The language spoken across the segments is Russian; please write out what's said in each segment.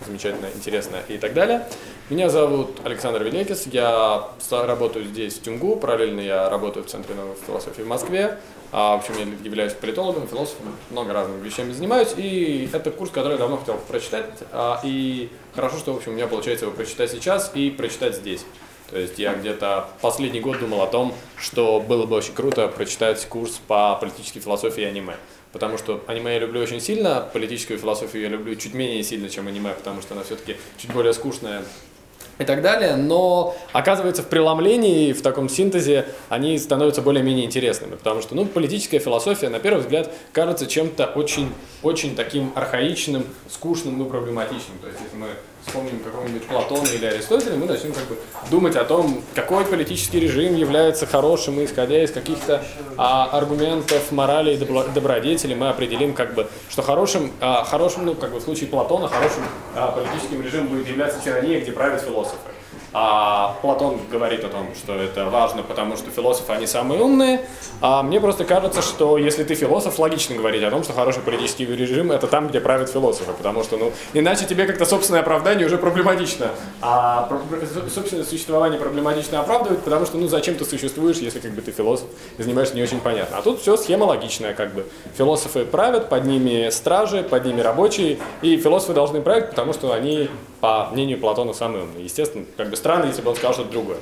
замечательно, интересно и так далее. Меня зовут Александр Велекис, я работаю здесь, в ТюМГУ, параллельно я работаю в Центре новой философии в Москве. В общем, я являюсь политологом, философом, много разными вещами занимаюсь, и это курс, который я давно хотел прочитать, и хорошо, что, в общем, у меня получается его прочитать сейчас и прочитать здесь. То есть я где-то последний год думал о том, что было бы очень круто прочитать курс по политической философии и аниме. Потому что аниме я люблю очень сильно, политическую философию я люблю чуть менее сильно, чем аниме, потому что она все-таки чуть более скучная и так далее, но оказывается в преломлении, в таком синтезе они становятся более-менее интересными, потому что, политическая философия, на первый взгляд, кажется чем-то очень таким архаичным, скучным и проблематичным. То есть, если мы вспомним какого-нибудь Платона или Аристотеля, мы начнем думать о том, какой политический режим является хорошим, и исходя из каких-то аргументов морали и добродетели мы определим, что хорошим, в случае Платона, хорошим политическим режимом будет являться тирания, где правят философы. Платон говорит о том, что это важно, потому что философы, они самые умные. Мне просто кажется, что если ты философ, логично говорить о том, что хороший политический режим – это там, где правят философы, потому что, иначе тебе как-то собственное оправдание уже проблематично. Собственное существование проблематично оправдывать, потому что, зачем ты существуешь, если ты философ и занимаешься не очень понятно. А тут все схема логичная, Философы правят, под ними стражи, под ними рабочие, и философы должны править, потому что они, по мнению Платона, самые умные. Естественно, странно, если бы он сказал что-то другое.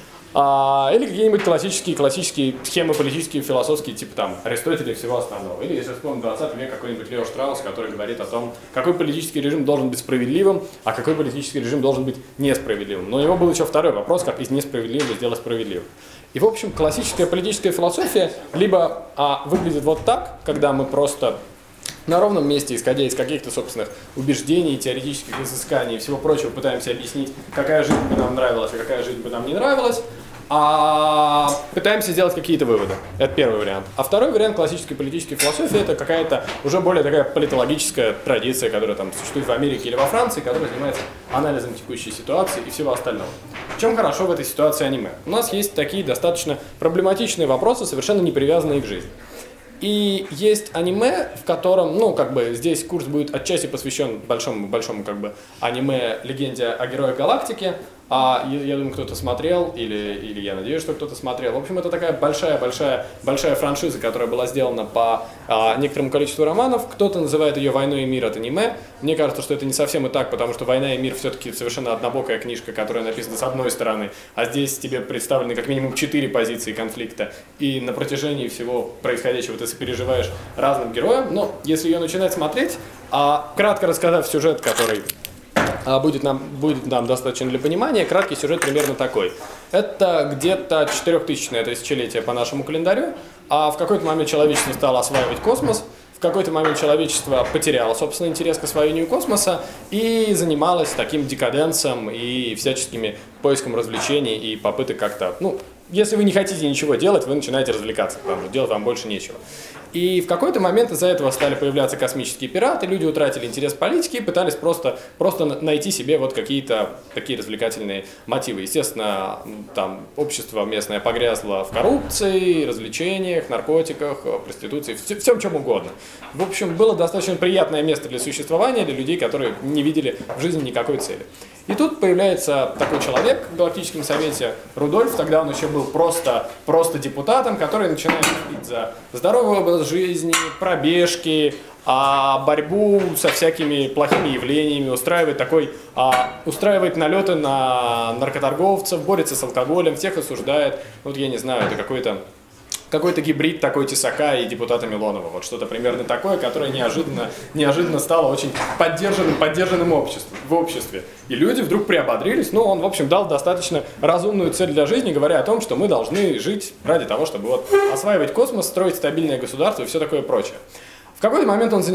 Или какие-нибудь классические схемы политические, философские, типа Аристотеля и всего остального. Или, если вспомнить 20 век, какой-нибудь Лео Штраус, который говорит о том, какой политический режим должен быть справедливым, а какой политический режим должен быть несправедливым. Но у него был еще второй вопрос, как из несправедливого сделать справедливым. И, в общем, классическая политическая философия либо выглядит вот так, когда мы просто на ровном месте, исходя из каких-то собственных убеждений, теоретических изысканий и всего прочего, пытаемся объяснить, какая жизнь бы нам нравилась, а какая жизнь бы нам не нравилась, пытаемся сделать какие-то выводы. Это первый вариант. А второй вариант классической политической философии – это какая-то уже более такая политологическая традиция, которая существует в Америке или во Франции, которая занимается анализом текущей ситуации и всего остального. В чем хорошо в этой ситуации аниме? У нас есть такие достаточно проблематичные вопросы, совершенно не привязанные к жизни. И есть аниме, в котором, здесь курс будет отчасти посвящен большому аниме «Легенде о героях галактики». Я думаю, кто-то смотрел, или я надеюсь, что кто-то смотрел. В общем, это такая большая франшиза, которая была сделана по некоторому количеству романов. Кто-то называет ее «Войной и мир» от аниме. Мне кажется, что это не совсем и так, потому что «Война и мир» все-таки совершенно однобокая книжка, которая написана с одной стороны, а здесь тебе представлены как минимум 4 позиции конфликта. И на протяжении всего происходящего ты сопереживаешь разным героям. Но если ее начинать смотреть, кратко рассказав сюжет, который будет нам достаточно для понимания, краткий сюжет примерно такой. Это где-то 4000-е тысячелетие по нашему календарю, в какой-то момент человечество стало осваивать космос, в какой-то момент человечество потеряло, собственно, интерес к освоению космоса и занималось таким декаденсом и всяческими поиском развлечений и попыток как-то, если вы не хотите ничего делать, вы начинаете развлекаться, потому что делать вам больше нечего. И в какой-то момент из-за этого стали появляться космические пираты, люди утратили интерес к политике и пытались просто найти себе какие-то такие развлекательные мотивы. Естественно, общество местное погрязло в коррупции, развлечениях, наркотиках, проституции, всем чем угодно. В общем, было достаточно приятное место для существования для людей, которые не видели в жизни никакой цели. И тут появляется такой человек в Галактическом совете, Рудольф, тогда он еще был просто депутатом, который начинает говорить за здоровый образ жизни, пробежки, борьбу со всякими плохими явлениями, устраивает налеты на наркоторговцев, борется с алкоголем, всех осуждает. Я не знаю, это какой-то гибрид такой Тесака и депутата Милонова. Что-то примерно такое, которое неожиданно стало очень поддержанным в обществе. И люди вдруг приободрились. Он, в общем, дал достаточно разумную цель для жизни, говоря о том, что мы должны жить ради того, чтобы осваивать космос, строить стабильное государство и все такое прочее. В какой-то момент он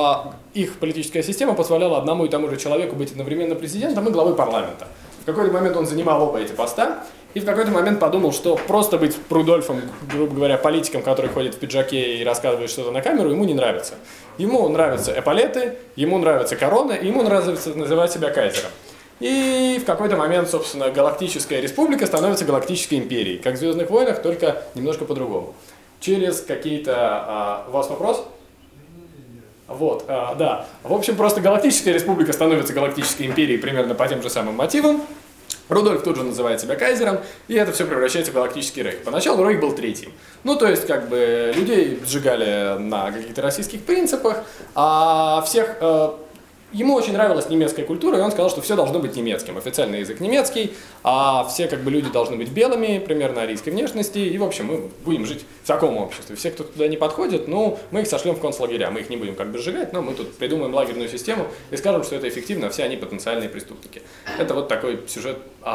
их политическая система позволяла одному и тому же человеку быть одновременно президентом и главой парламента. В какой-то момент он занимал оба эти поста, и в какой-то момент подумал, что просто быть Рудольфом, грубо говоря, политиком, который ходит в пиджаке и рассказывает что-то на камеру, ему не нравится. Ему нравятся эполеты, ему нравится корона, и ему нравится называть себя кайзером. И в какой-то момент, собственно, Галактическая Республика становится Галактической Империей, как в «Звездных войнах», только немножко по-другому. Через какие-то... у вас вопрос? Вот, да. В общем, просто Галактическая Республика становится Галактической Империей примерно по тем же самым мотивам. Рудольф тут же называет себя кайзером, и это все превращается в Галактический Рейх. Поначалу Рейх был третьим. Ну, то есть, как бы, людей сжигали на каких-то российских принципах, а всех... Ему очень нравилась немецкая культура, и он сказал, что все должно быть немецким. Официальный язык немецкий, а все как бы люди должны быть белыми, примерно арийской внешности, и в общем мы будем жить в таком обществе. Все, кто туда не подходит, ну, мы их сошлем в концлагеря. Мы их не будем как бы сжигать, но мы тут придумаем лагерную систему и скажем, что это эффективно, а все они потенциальные преступники. Это вот такой сюжет,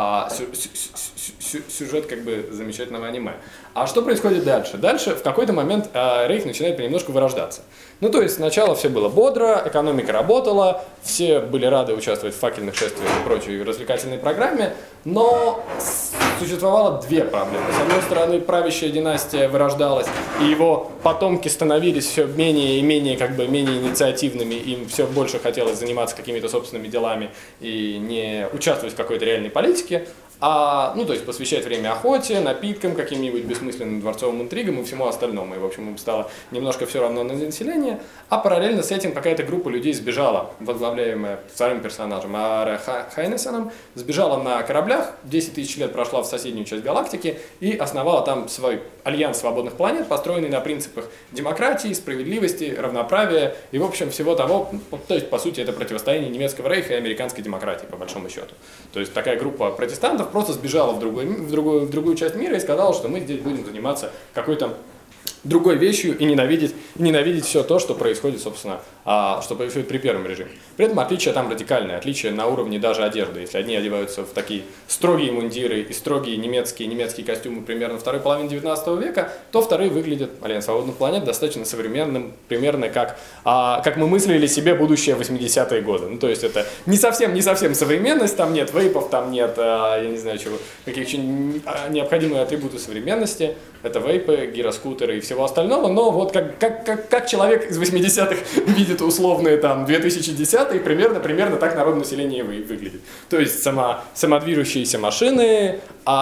сюжет как бы замечательного аниме. А что происходит дальше? Дальше в какой-то момент Рейх начинает понемножку вырождаться. Ну, то есть сначала все было бодро, экономика работала, все были рады участвовать в факельных шествиях и прочей развлекательной программе, но существовало две проблемы. С одной стороны, правящая династия вырождалась, и его потомки становились все менее и менее, как бы, менее инициативными, им все больше хотелось заниматься какими-то собственными делами и не участвовать в какой-то реальной политике. Ну, то есть посвящать время охоте, напиткам, каким-нибудь бессмысленным дворцовым интригам и всему остальному. И, в общем, им стало немножко все равно на население. А параллельно с этим какая-то группа людей сбежала, возглавляемая вторым персонажем Ааре Хайнессеном, сбежала на кораблях, 10 тысяч лет прошла в соседнюю часть галактики и основала там свой альянс свободных планет, построенный на принципах демократии, справедливости, равноправия и, в общем, всего того, то есть, по сути, это противостояние немецкого рейха и американской демократии, по большому счету. То есть такая группа протестантов просто сбежала в другую часть мира и сказала, что мы здесь будем заниматься какой-то другой вещью и ненавидеть все то, что происходит, собственно, что происходит при первом режиме. При этом отличие там радикальное, отличие на уровне даже одежды. Если одни одеваются в такие строгие мундиры и строгие немецкие костюмы примерно второй половины 19 века, то вторые выглядят, Альянс свободных планет, достаточно современным, примерно как мы мыслили себе будущее 80-е годы. Ну, то есть это не совсем современность, там нет вейпов, там нет, я не знаю чего, каких-то необходимые атрибуты современности. Это вейпы, гироскутеры и всего остального, но вот как человек из 80-х видит условные там 2010-е, примерно так народное население выглядит. То есть самодвижущиеся машины,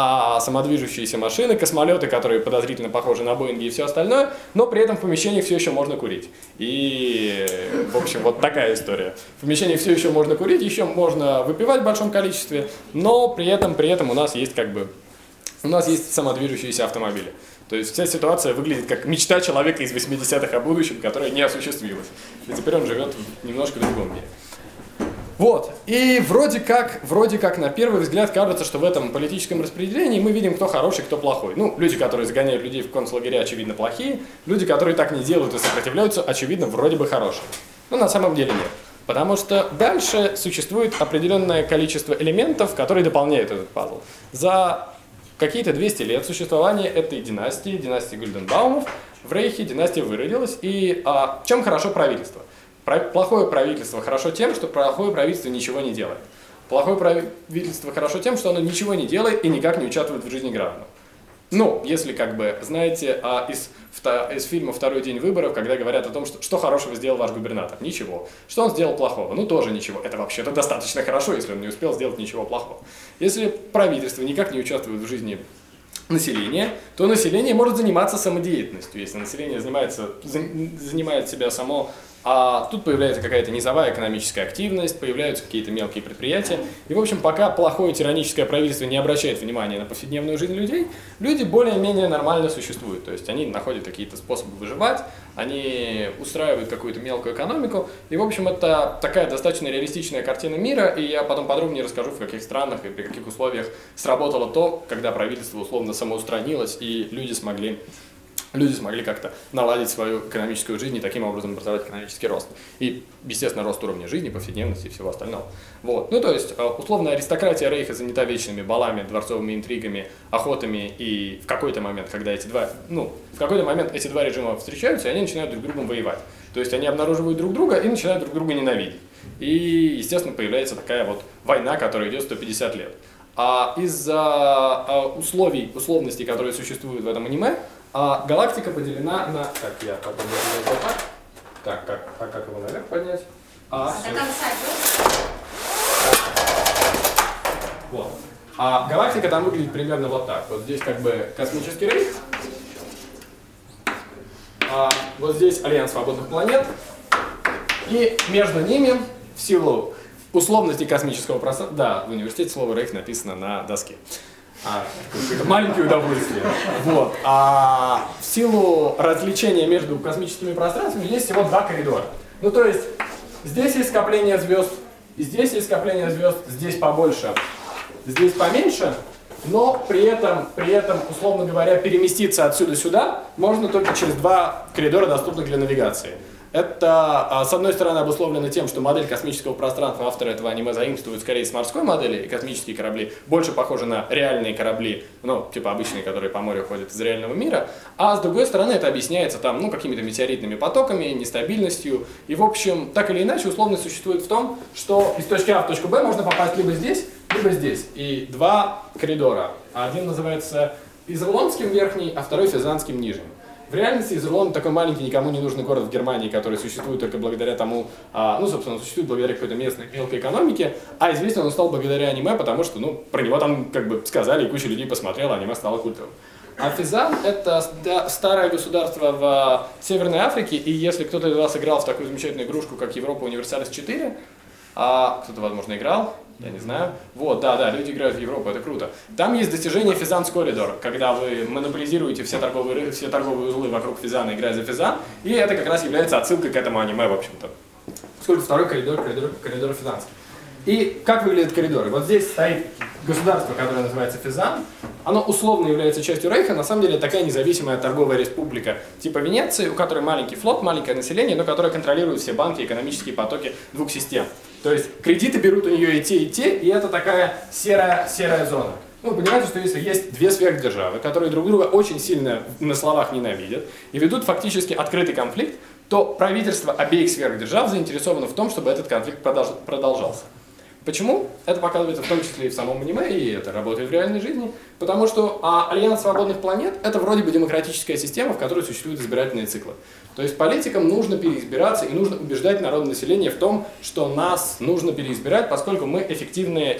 космолеты, которые подозрительно похожи на Боинги и все остальное, но при этом в помещениях все еще можно курить. И, в общем, вот такая история. В помещениях все еще можно курить, еще можно выпивать в большом количестве, но при этом у нас есть самодвижущиеся автомобили. То есть вся ситуация выглядит как мечта человека из 80-х о будущем, которая не осуществилась. И теперь он живет немножко в другом мире. Вот. И вроде как на первый взгляд кажется, что в этом политическом распределении мы видим, кто хороший, кто плохой. Ну, люди, которые загоняют людей в концлагеря, очевидно, плохие. Люди, которые так не делают и сопротивляются, очевидно, вроде бы хорошие. Но на самом деле нет. Потому что дальше существует определенное количество элементов, которые дополняют этот пазл. За какие-то 200 лет существования этой династии Гюльденбаумов, в Рейхе династия выродилась. И чем хорошо правительство? Плохое правительство хорошо тем, что плохое правительство ничего не делает. Плохое правительство хорошо тем, что оно ничего не делает и никак не участвует в жизни граждан. Ну, если знаете, из фильма «Второй день выборов», когда говорят о том, что хорошего сделал ваш губернатор. Ничего. Что он сделал плохого? Ну, тоже ничего. Это вообще-то достаточно хорошо, если он не успел сделать ничего плохого. Если правительство никак не участвует в жизни населения, то население может заниматься самодеятельностью. Если население занимает себя само, а тут появляется какая-то низовая экономическая активность, появляются какие-то мелкие предприятия. И, в общем, пока плохое тираническое правительство не обращает внимания на повседневную жизнь людей, люди более-менее нормально существуют. То есть они находят какие-то способы выживать, они устраивают какую-то мелкую экономику. И, в общем, это такая достаточно реалистичная картина мира. И я потом подробнее расскажу, в каких странах и при каких условиях сработало то, когда правительство условно самоустранилось, и люди смогли как-то наладить свою экономическую жизнь и таким образом образовать экономический рост. И, естественно, рост уровня жизни, повседневности и всего остального. Вот. Ну, то есть, условно, аристократия Рейха занята вечными балами, дворцовыми интригами, охотами, и в какой-то момент эти два режима встречаются, и они начинают друг с другом воевать. То есть, они обнаруживают друг друга и начинают друг друга ненавидеть. И, естественно, появляется такая вот война, которая идет 150 лет. А из-за условностей, которые существуют в этом аниме, галактика поделена на... Так, я потом вот так. Как его наверх поднять? Вот. А галактика там выглядит примерно вот так. Вот здесь космический рейх. Вот здесь Альянс свободных планет. И между ними, в силу условности космического пространства, да, в университете слово «рейх» написано на доске. Какое-то маленькое удовольствие. Вот. А в силу различения между космическими пространствами есть всего два коридора. Ну то есть здесь есть скопление звезд, и здесь есть скопление звезд, здесь побольше, здесь поменьше, но при этом, условно говоря, переместиться отсюда сюда можно только через два коридора, доступных для навигации. Это, с одной стороны, обусловлено тем, что модель космического пространства авторы этого аниме заимствуют скорее с морской модели, и космические корабли больше похожи на реальные корабли, ну, типа обычные, которые по морю ходят из реального мира, а с другой стороны, это объясняется там, ну, какими-то метеоритными потоками, нестабильностью, и, в общем, так или иначе, условность существует в том, что из точки А в точку Б можно попасть либо здесь, и два коридора. Один называется Изерлонским верхний, а второй Физанским нижним. В реальности Изерлон такой маленький, никому не нужный город в Германии, который существует только благодаря тому, ну, собственно, он существует благодаря какой-то местной мелкой экономике, а известен он стал благодаря аниме, потому что, ну, про него там, как бы, сказали, и куча людей посмотрела, аниме стало культовым. А Физан — это старое государство в Северной Африке, и если кто-то из вас играл в такую замечательную игрушку, как Европа Универсалис 4, кто-то, возможно, играл, я не знаю. Вот, да, люди играют в Европу, это круто. Там есть достижение Физанс Коридор, когда вы монополизируете все торговые узлы вокруг Физана, играя за Физан, и это как раз является отсылкой к этому аниме, в общем-то. Сколько второй коридор Физанский. И как выглядят коридоры? Вот здесь стоит государство, которое называется Физан. Оно условно является частью Рейха, на самом деле такая независимая торговая республика типа Венеции, у которой маленький флот, маленькое население, но которая контролирует все банки и экономические потоки двух систем. То есть кредиты берут у нее и те, и это такая серая зона. Ну, вы понимаете, что если есть две сверхдержавы, которые друг друга очень сильно на словах ненавидят и ведут фактически открытый конфликт, то правительство обеих сверхдержав заинтересовано в том, чтобы этот конфликт продолжался. Почему? Это показывается в том числе и в самом аниме, и это работает в реальной жизни. Потому что Альянс свободных планет — это вроде бы демократическая система, в которой существуют избирательные циклы. То есть политикам нужно переизбираться и нужно убеждать народное население в том, что нас нужно переизбирать, поскольку мы эффективные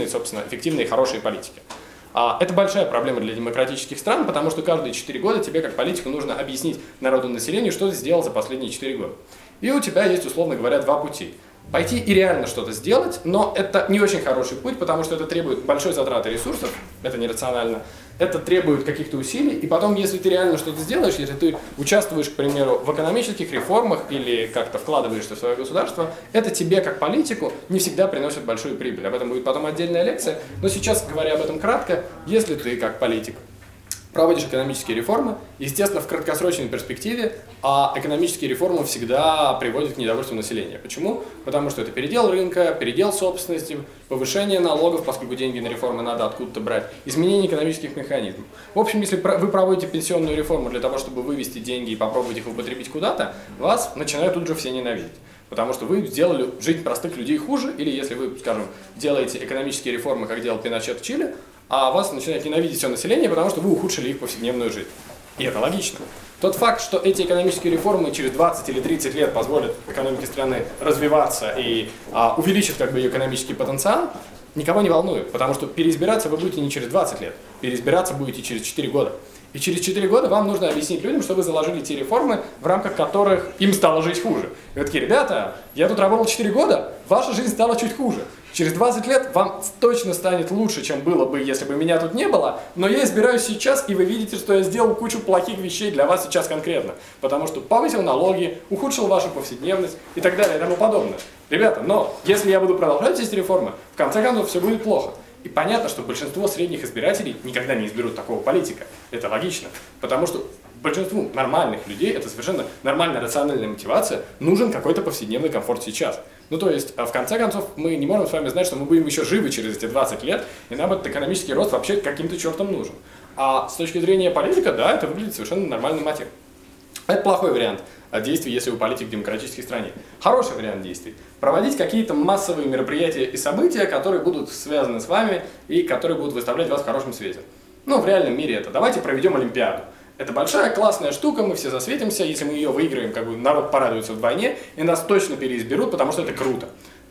и хорошие политики. Это большая проблема для демократических стран, потому что каждые 4 года тебе, как политику, нужно объяснить народному населению, что ты сделал за последние 4 года. И у тебя есть, условно говоря, два пути. Пойти и реально что-то сделать, но это не очень хороший путь, потому что это требует большой затраты ресурсов, это нерационально, это требует каких-то усилий, и потом, если ты реально что-то сделаешь, если ты участвуешь, к примеру, в экономических реформах или как-то вкладываешься в свое государство, это тебе, как политику, не всегда приносит большую прибыль. Об этом будет потом отдельная лекция, но сейчас, говоря об этом кратко, если ты, как политик, проводишь экономические реформы, естественно, в краткосрочной перспективе, экономические реформы всегда приводят к недовольству населения. Почему? Потому что это передел рынка, передел собственности, повышение налогов, поскольку деньги на реформы надо откуда-то брать, изменение экономических механизмов. В общем, если вы проводите пенсионную реформу для того, чтобы вывести деньги и попробовать их употребить куда-то, вас начинают тут же все ненавидеть. Потому что вы сделали жизнь простых людей хуже, или если вы, скажем, делаете экономические реформы, как делал Пиночет в Чили, а вас начинает ненавидеть все население, потому что вы ухудшили их повседневную жизнь. И это логично. Тот факт, что эти экономические реформы через 20 или 30 лет позволят экономике страны развиваться и увеличат как бы ее экономический потенциал, никого не волнует, потому что переизбираться вы будете не через 20 лет, переизбираться будете через 4 года. И через 4 года вам нужно объяснить людям, что вы заложили те реформы, в рамках которых им стало жить хуже. И вы такие: ребята, я тут работал 4 года, ваша жизнь стала чуть хуже. Через 20 лет вам точно станет лучше, чем было бы, если бы меня тут не было, но я избираюсь сейчас, и вы видите, что я сделал кучу плохих вещей для вас сейчас конкретно, потому что повысил налоги, ухудшил вашу повседневность и так далее и тому подобное. Ребята, но если я буду продолжать эти реформы, в конце концов все будет плохо. И понятно, что большинство средних избирателей никогда не изберут такого политика. Это логично, потому что большинству нормальных людей, это совершенно нормальная рациональная мотивация, нужен какой-то повседневный комфорт сейчас. Ну то есть, в конце концов, мы не можем с вами знать, что мы будем еще живы через эти 20 лет, и нам этот экономический рост вообще каким-то чертом нужен. А с точки зрения политика, да, это выглядит совершенно нормальный мотив. Это плохой вариант действий, если вы политик в демократической стране. Хороший вариант действий — проводить какие-то массовые мероприятия и события, которые будут связаны с вами и которые будут выставлять вас в хорошем свете. Ну, в реальном мире это: давайте проведем Олимпиаду. Это большая классная штука, мы все засветимся, если мы ее выиграем, как бы народ порадуется вдвойне, и нас точно переизберут, потому что это круто.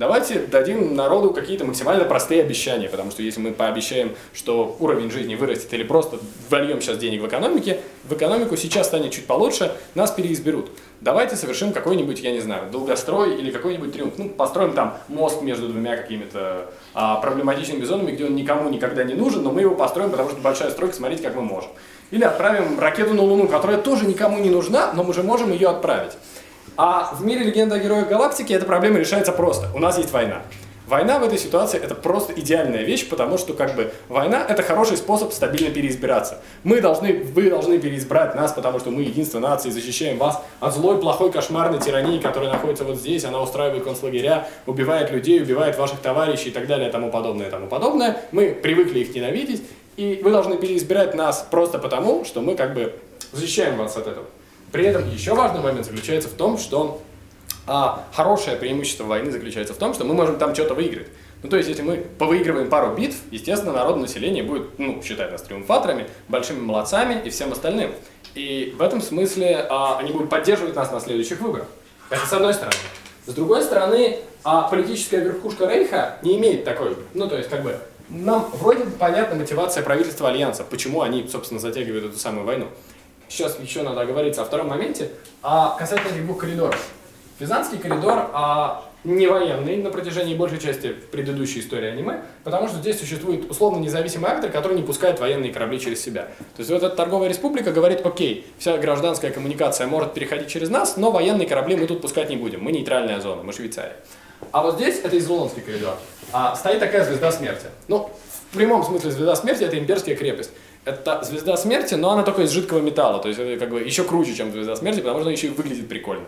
давайте дадим народу какие-то максимально простые обещания, потому что если мы пообещаем, что уровень жизни вырастет или просто вольем сейчас денег в экономику сейчас станет чуть получше, нас переизберут. Давайте совершим какой-нибудь, я не знаю, долгострой или какой-нибудь триумф. Ну, построим там мост между двумя какими-то проблематичными зонами, где он никому никогда не нужен, но мы его построим, потому что большая стройка, смотрите, как мы можем. Или отправим ракету на Луну, которая тоже никому не нужна, но мы же можем ее отправить. А в мире «Легенда о героях галактики» эта проблема решается просто. У нас есть война. Война в этой ситуации – это просто идеальная вещь, потому что война – это хороший способ стабильно переизбираться. Вы должны переизбрать нас, потому что мы единство нации, защищаем вас от злой, плохой, кошмарной тирании, которая находится вот здесь, она устраивает концлагеря, убивает людей, убивает ваших товарищей и так далее, тому подобное. Мы привыкли их ненавидеть, и вы должны переизбирать нас просто потому, что мы защищаем вас от этого. При этом еще важный момент заключается в том, что хорошее преимущество войны заключается в том, что мы можем там что-то выиграть. Ну, то есть, если мы повыигрываем пару битв, естественно, народное население будет, считать нас триумфаторами, большими молодцами и всем остальным. И в этом смысле они будут поддерживать нас на следующих выборах. Это с одной стороны. С другой стороны, политическая верхушка Рейха не имеет такой, нам вроде понятна мотивация правительства Альянса, почему они, собственно, затягивают эту самую войну. Сейчас еще надо оговориться о втором моменте, касательно этих двух коридоров. Пизанский коридор не военный на протяжении большей части предыдущей истории аниме, потому что здесь существует условно независимый актор, который не пускает военные корабли через себя. То есть вот эта торговая республика говорит: окей, вся гражданская коммуникация может переходить через нас, но военные корабли мы тут пускать не будем, мы нейтральная зона, мы Швейцария. А вот здесь это Изолонский коридор. Стоит такая звезда смерти. В прямом смысле звезда смерти — это имперская крепость. Это звезда смерти, но она только из жидкого металла, то есть это еще круче, чем звезда смерти, потому что она еще и выглядит прикольно.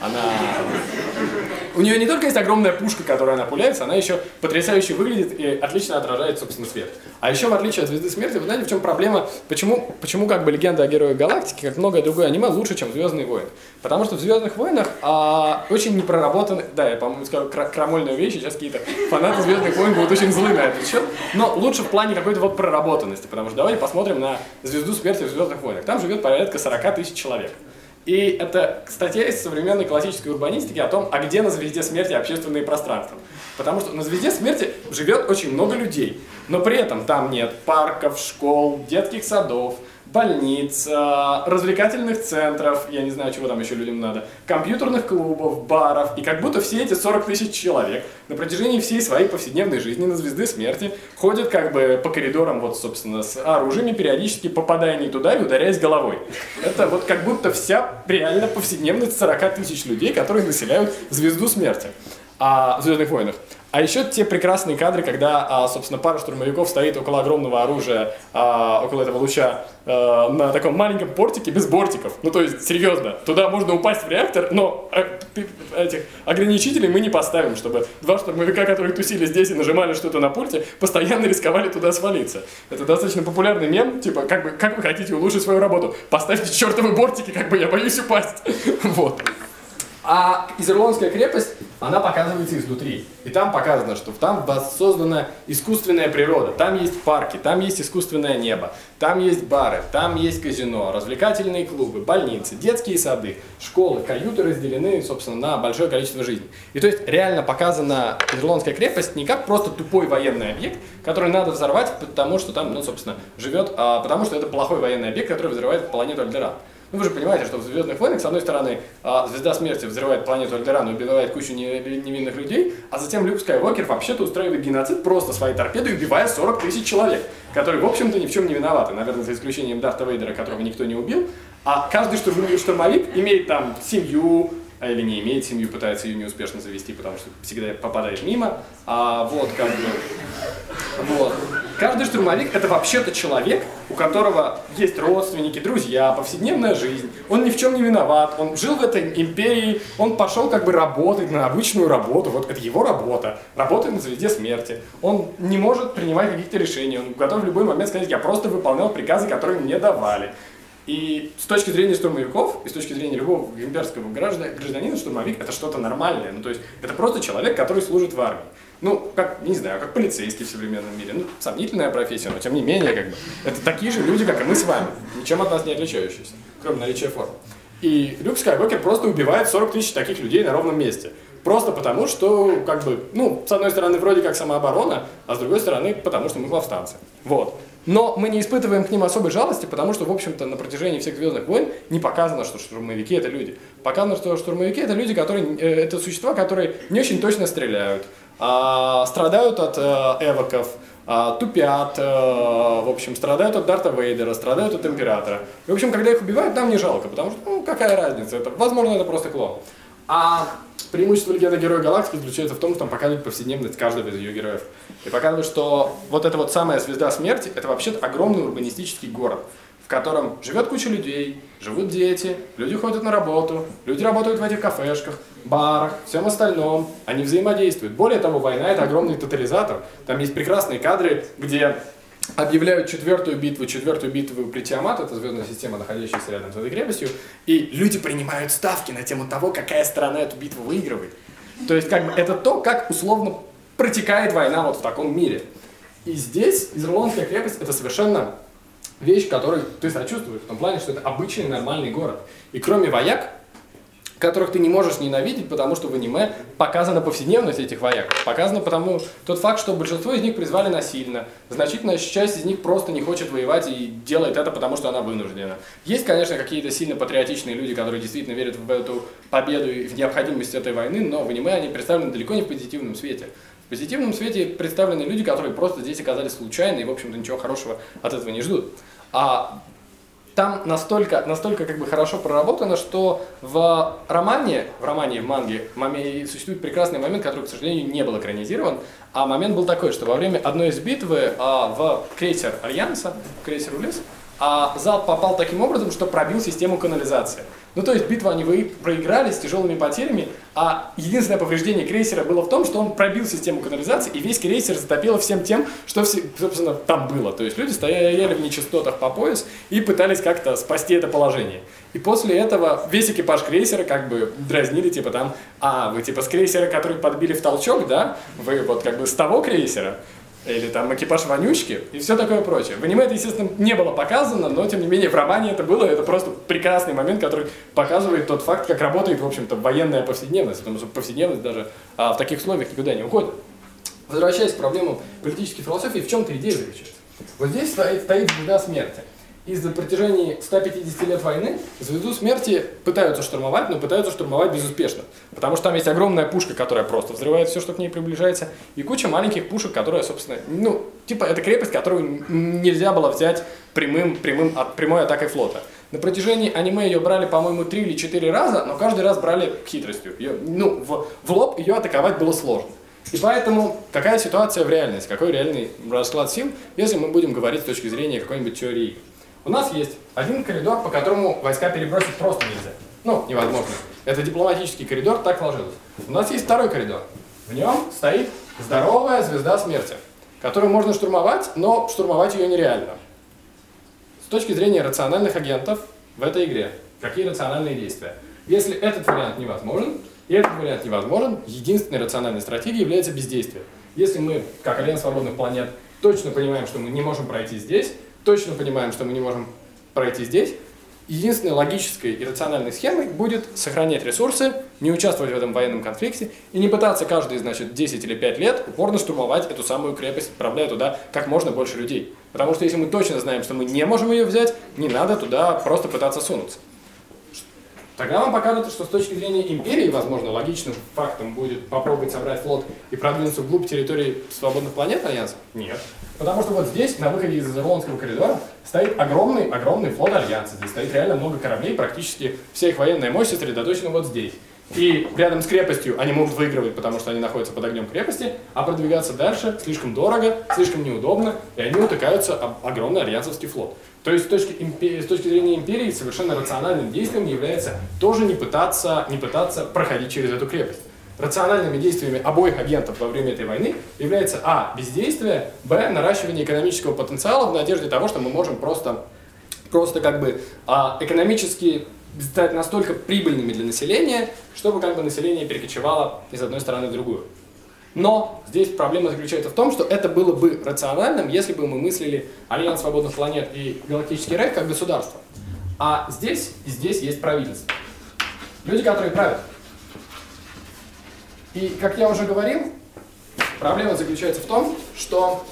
У нее не только есть огромная пушка, которой она пуляется, она еще потрясающе выглядит и отлично отражает, собственно, свет. А еще, в отличие от звезды смерти, вы знаете, в чем проблема? Почему «Легенда о героях галактики», как многое другое аниме, лучше, чем «Звездные войны»? Потому что в «Звездных войнах» очень непроработаны... Да, я, по-моему, сказал крамольную вещь, сейчас какие-то фанаты «Звездных войн» будут очень злы на этот счет, но лучше в плане какой-то проработанности, потому что давайте посмотрим на звезду смерти в «Звездных войнах». Там живет порядка 40 тысяч человек. И это статья из современной классической урбанистики о том, где на звезде смерти общественные пространства. Потому что на звезде смерти живет очень много людей, но при этом там нет парков, школ, детских садов, больниц, развлекательных центров, я не знаю, чего там еще людям надо, компьютерных клубов, баров. И как будто все эти 40 тысяч человек на протяжении всей своей повседневной жизни на звезды смерти ходят по коридорам, собственно, с оружиями, периодически попадая не туда и ударяясь головой. Это как будто вся реально повседневность 40 тысяч людей, которые населяют звезду смерти в «Звездных войнах». А еще те прекрасные кадры, когда, собственно, пара штурмовиков стоит около огромного оружия, около этого луча, на таком маленьком портике без бортиков. То есть, серьезно, туда можно упасть в реактор, но этих ограничителей мы не поставим, чтобы два штурмовика, которые тусили здесь и нажимали что-то на пульте, постоянно рисковали туда свалиться. Это достаточно популярный мем, как вы хотите улучшить свою работу? Поставьте чертовы бортики, я боюсь упасть. Вот. А Изерлонская крепость, она показывается изнутри. И там показано, что там воссоздана искусственная природа. Там есть парки, там есть искусственное небо, там есть бары, там есть казино, развлекательные клубы, больницы, детские сады, школы, каюты разделены, собственно, на большое количество жизней. И то есть реально показана Изерлонская крепость не как просто тупой военный объект, который надо взорвать, потому что там, собственно, живет, потому что это плохой военный объект, который взрывает планету Альдеран. Вы же понимаете, что в «Звездных войнах», с одной стороны, звезда смерти взрывает планету Альдеран и убивает кучу невинных людей, а затем Люк Скайуокер вообще-то устраивает геноцид просто своей торпедой, убивая 40 тысяч человек, которые, в общем-то, ни в чем не виноваты, наверное, за исключением Дарта Вейдера, которого никто не убил. А каждый штурмовик имеет там семью, или не имеет семью, пытается ее неуспешно завести, потому что всегда попадает мимо. Каждый штурмовик — это вообще-то человек, у которого есть родственники, друзья, повседневная жизнь. Он ни в чем не виноват, он жил в этой империи, он пошел работать на обычную работу, это его работа, работает на звезде смерти. Он не может принимать каких-то решений, он готов в любой момент сказать: я просто выполнял приказы, которые мне давали. И с точки зрения штурмовиков, и с точки зрения любого имперского гражданина, штурмовик — это что-то нормальное. То есть это просто человек, который служит в армии. Как полицейский в современном мире. Сомнительная профессия, но тем не менее, это такие же люди, как и мы с вами, ничем от нас не отличающиеся, кроме наличия форм. И Люк Скайуокер просто убивает 40 тысяч таких людей на ровном месте. просто потому, что, как бы, ну, с одной стороны, вроде как самооборона, а с другой стороны, потому что мы повстанцы. Вот. Но мы не испытываем к ним особой жалости, потому что, в общем-то, на протяжении всех «Звездных войн» не показано, что штурмовики — это люди. Показано, что штурмовики — это люди, которые, это существа, которые не очень точно стреляют, страдают от эвоков, тупят, в общем, страдают от Дарта Вейдера, страдают от Императора. И, в общем, когда их убивают, нам не жалко, потому что, ну, какая разница, возможно, это просто клон. А преимущество «Легенды Героя Галактики» заключается в том, что там показывают повседневность каждого из ее героев. И показывают, что вот эта вот самая звезда смерти — это вообще-то огромный урбанистический город, в котором живет куча людей, живут дети, люди ходят на работу, люди работают в этих кафешках, барах, всем остальном, они взаимодействуют. Более того, война — это огромный тотализатор. Там есть прекрасные кадры, где объявляют четвертую битву при Тиамат, это звездная система, находящаяся рядом с этой крепостью, и люди принимают ставки на тему того, какая страна эту битву выигрывает. То есть, как бы, это то, как условно протекает война вот в таком мире. И здесь Изерлондская крепость — это совершенно вещь, которой ты сочувствуешь, в том плане, что это обычный нормальный город. И кроме вояк, которых ты не можешь ненавидеть, потому что в аниме показана повседневность этих вояк. Показано потому тот факт, что большинство из них призвали насильно, значительная часть из них просто не хочет воевать и делает это, потому что она вынуждена. Есть, конечно, какие-то сильно патриотичные люди, которые действительно верят в эту победу и в необходимость этой войны, но в аниме они представлены далеко не в позитивном свете. В позитивном свете представлены люди, которые просто здесь оказались случайно и, в общем-то, ничего хорошего от этого не ждут. Там настолько как бы хорошо проработано, что в романе и в манге существует прекрасный момент, который, к сожалению, не был экранизирован. А момент был такой, что во время одной из битвы в крейсер Альянса, в крейсер Улисс, залп попал таким образом, что пробил систему канализации. Ну, то есть битву они проиграли с тяжелыми потерями, а единственное повреждение крейсера было в том, что он пробил систему канализации, и весь крейсер затопило всем тем, что, собственно, там было. То есть люди стояли в нечистотах по пояс и пытались как-то спасти это положение. И после этого весь экипаж крейсера как бы дразнили, типа там, вы типа с крейсера, который подбили в толчок, да? Вы вот как бы с того крейсера? Или там экипаж вонючки и все такое прочее. В аниме это, естественно, не было показано, но, тем не менее, в романе это было. Это просто прекрасный момент, который показывает тот факт, как работает, в общем-то, военная повседневность. Потому что повседневность даже в таких условиях никуда не уходит. Возвращаясь к проблемам политической философии, в чем-то идея заключается. Вот здесь стоит звезда смерти. И за протяжении 150 лет войны звезду смерти пытаются штурмовать, но пытаются штурмовать безуспешно. Потому что там есть огромная пушка, которая просто взрывает все, что к ней приближается, и куча маленьких пушек, которые, собственно, это крепость, которую нельзя было взять прямой атакой флота. На протяжении аниме ее брали, по-моему, 3 или 4 раза, но каждый раз брали хитростью. В лоб ее атаковать было сложно. И поэтому какая ситуация в реальности, какой реальный расклад сил, если мы будем говорить с точки зрения какой-нибудь теории? У нас есть один коридор, по которому войска перебросить просто нельзя. Невозможно. Это дипломатический коридор, так сложилось. У нас есть второй коридор. В нем стоит здоровая звезда смерти, которую можно штурмовать, но штурмовать ее нереально. С точки зрения рациональных агентов в этой игре, какие рациональные действия? Если этот вариант невозможен, единственной рациональной стратегией является бездействие. Если мы, как Альянс Свободных Планет, точно понимаем, что мы не можем пройти здесь, единственной логической и рациональной схемой будет сохранять ресурсы, не участвовать в этом военном конфликте и не пытаться каждые, 10 или 5 лет упорно штурмовать эту самую крепость, отправляя туда как можно больше людей. Потому что если мы точно знаем, что мы не можем ее взять, не надо туда просто пытаться сунуться. Тогда вам покажется, что с точки зрения империи, возможно, логичным фактом будет попробовать собрать флот и продвинуться вглубь территории свободных планет Альянса? Нет. Потому что вот здесь, на выходе из Изерлондского коридора, стоит огромный флот Альянса. Здесь стоит реально много кораблей, практически вся их военная мощь сосредоточена вот здесь. И рядом с крепостью они могут выигрывать, потому что они находятся под огнем крепости, а продвигаться дальше слишком дорого, слишком неудобно, и они утыкаются об огромный альянсовский флот. То есть с точки зрения империи совершенно рациональным действием является тоже не пытаться проходить через эту крепость. Рациональными действиями обоих агентов во время этой войны является бездействие, наращивание экономического потенциала в надежде того, что мы можем просто экономически стать настолько прибыльными для населения, чтобы население перекочевало из одной стороны в другую. Но здесь проблема заключается в том, что это было бы рациональным, если бы мы мыслили Альянс Свободных Планет и Галактический Рейх как государство. А здесь есть правительство. Люди, которые правят. И, как я уже говорил, проблема заключается в том, что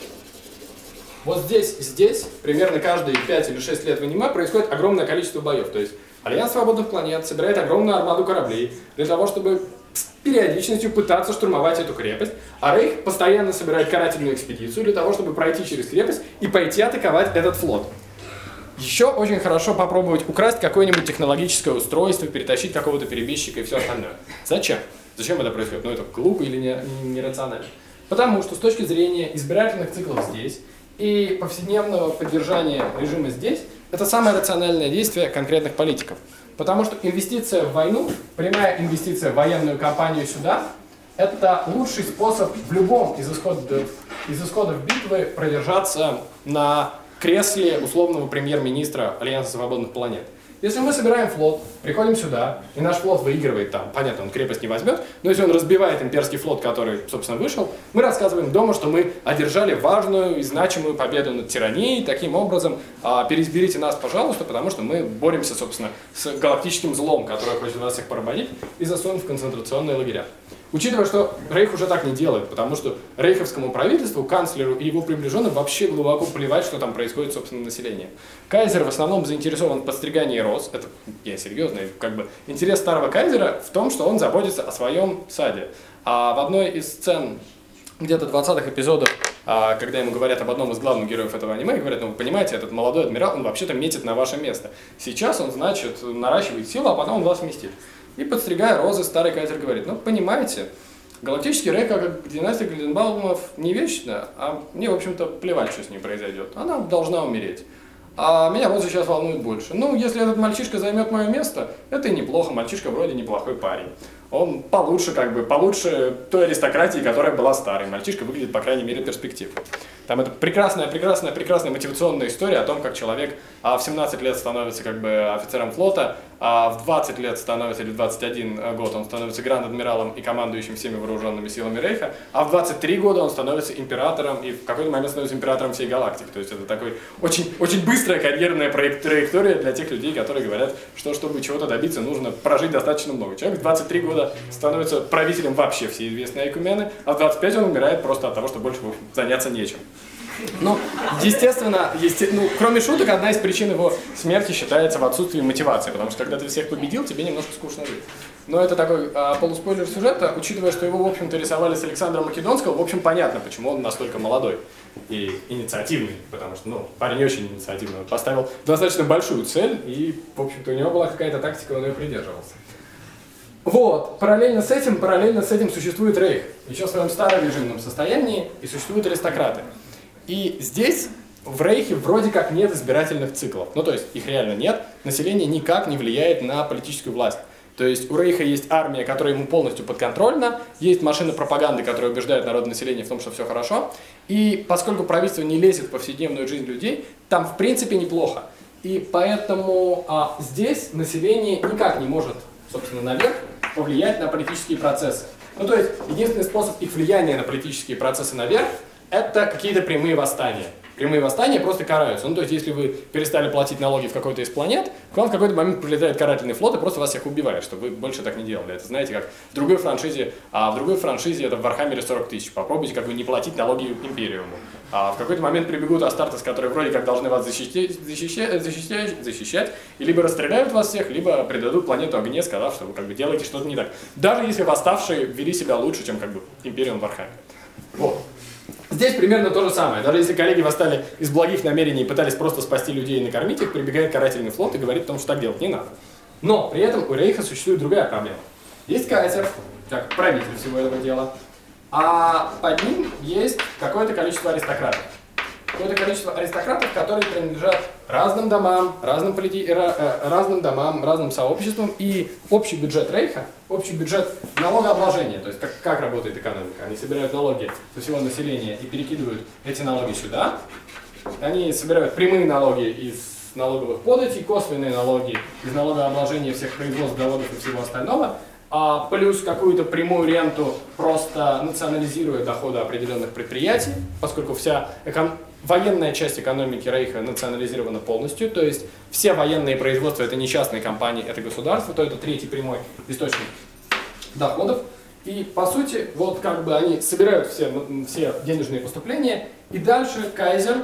вот здесь, примерно каждые 5 или 6 лет в аниме происходит огромное количество боев. То есть Альянс Свободных Планет собирает огромную армаду кораблей для того, чтобы с периодичностью пытаться штурмовать эту крепость, а Рейх постоянно собирает карательную экспедицию для того, чтобы пройти через крепость и пойти атаковать этот флот. Еще очень хорошо попробовать украсть какое-нибудь технологическое устройство, перетащить какого-то перебежчика и все остальное. Зачем? Зачем это происходит? Ну это глупо или нерационально? Потому что с точки зрения избирательных циклов здесь и повседневного поддержания режима здесь, это самое рациональное действие конкретных политиков. Потому что инвестиция в войну, прямая инвестиция в военную кампанию сюда, это лучший способ в любом из исходов битвы продержаться на кресле условного премьер-министра Альянса Свободных Планет. Если мы собираем флот, приходим сюда, и наш флот выигрывает там, понятно, он крепость не возьмет, но если он разбивает имперский флот, который, собственно, вышел, мы рассказываем дома, что мы одержали важную и значимую победу над тиранией, таким образом, переизберите нас, пожалуйста, потому что мы боремся, собственно, с галактическим злом, который хочет нас всех поработить и засунуть в концентрационные лагеря. Учитывая, что Рейх уже так не делает, потому что рейховскому правительству, канцлеру и его приближенным вообще глубоко плевать, что там происходит, собственно, население. Кайзер в основном заинтересован в подстригании роз, это я серьезно, интерес старого кайзера в том, что он заботится о своем саде. А в одной из сцен, где-то 20-х эпизодов, когда ему говорят об одном из главных героев этого аниме, говорят, ну вы понимаете, этот молодой адмирал, он вообще-то метит на ваше место. Сейчас он, значит, наращивает силу, а потом он вас вместит. И подстригая розы, старый кайзер говорит, ну, понимаете, галактический рейх, как династия Гальденбаумов, не вечна, а мне, в общем-то, плевать, что с ней произойдет. Она должна умереть. А меня вот сейчас волнует больше. Ну, если этот мальчишка займет мое место, это и неплохо, мальчишка вроде неплохой парень. Он получше той аристократии, которая была старой. Мальчишка выглядит, по крайней мере, перспективно. Там это прекрасная мотивационная история о том, как человек в 17 лет становится офицером флота, а в 20 лет становится, или в 21 год он становится гранд-адмиралом и командующим всеми вооруженными силами Рейха, а в 23 года он становится императором и в какой-то момент становится императором всей галактики. То есть это такой очень, очень быстрая карьерная траектория для тех людей, которые говорят, что чтобы чего-то добиться, нужно прожить достаточно много. Человек в 23 года становится правителем вообще всей известной Айкумены, а в 25 он умирает просто от того, что больше заняться нечем. Ну, естественно, кроме шуток, одна из причин его смерти считается в отсутствии мотивации, потому что когда ты всех победил, тебе немножко скучно жить. Но это такой полуспойлер сюжета, учитывая, что его, в общем-то, рисовали с Александра Македонского, в общем, понятно, почему он настолько молодой и инициативный, потому что, парень очень инициативный, он поставил достаточно большую цель, и, в общем-то, у него была какая-то тактика, он ее придерживался. Вот, параллельно с этим существует Рейх, еще в своем старорежимном состоянии, и существуют аристократы. И здесь в Рейхе вроде как нет избирательных циклов. Ну, то есть их реально нет. Население никак не влияет на политическую власть. То есть у Рейха есть армия, которая ему полностью подконтрольна, есть машина пропаганды, которая убеждает народное население в том, что все хорошо. И поскольку правительство не лезет в повседневную жизнь людей, там в принципе неплохо. И поэтому здесь население никак не может, собственно, наверх повлиять на политические процессы. Ну, то есть единственный способ их влияния на политические процессы наверх — это какие-то прямые восстания. Прямые восстания просто караются. Ну, то есть, если вы перестали платить налоги в какой-то из планет, к вам в какой-то момент прилетает карательный флот и просто вас всех убивает, чтобы вы больше так не делали. Это знаете, как в другой франшизе, это в Вархаммере 40 тысяч. Попробуйте не платить налоги Империуму. А в какой-то момент прибегут Астартес, которые вроде как должны вас защищать, и либо расстреляют вас всех, либо предадут планету огне, сказав, что вы делаете что-то не так. Даже если восставшие вели себя лучше, чем Империум в Вархаммере. Вот. Здесь примерно то же самое. Даже если коллеги восстали из благих намерений и пытались просто спасти людей и накормить их, прибегает карательный флот и говорит о том, что так делать не надо. Но при этом у Рейха существует другая проблема. Есть кайзер, как правитель всего этого дела, а под ним есть какое-то количество аристократов. Какое-то количество аристократов, которые принадлежат разным домам, разным сообществам, и общий бюджет Рейха, общий бюджет налогообложения, то есть как работает экономика. Они собирают налоги со всего населения и перекидывают эти налоги сюда. Они собирают прямые налоги из налоговых податей, косвенные налоги из налогообложения всех производств, заводов и всего остального, плюс какую-то прямую ренту, просто национализируя доходы определенных предприятий, поскольку вся военная часть экономики Рейха национализирована полностью, то есть все военные производства — это не частные компании, это государство, то это третий прямой источник доходов. И, по сути, вот как бы они собирают все денежные поступления, и дальше кайзер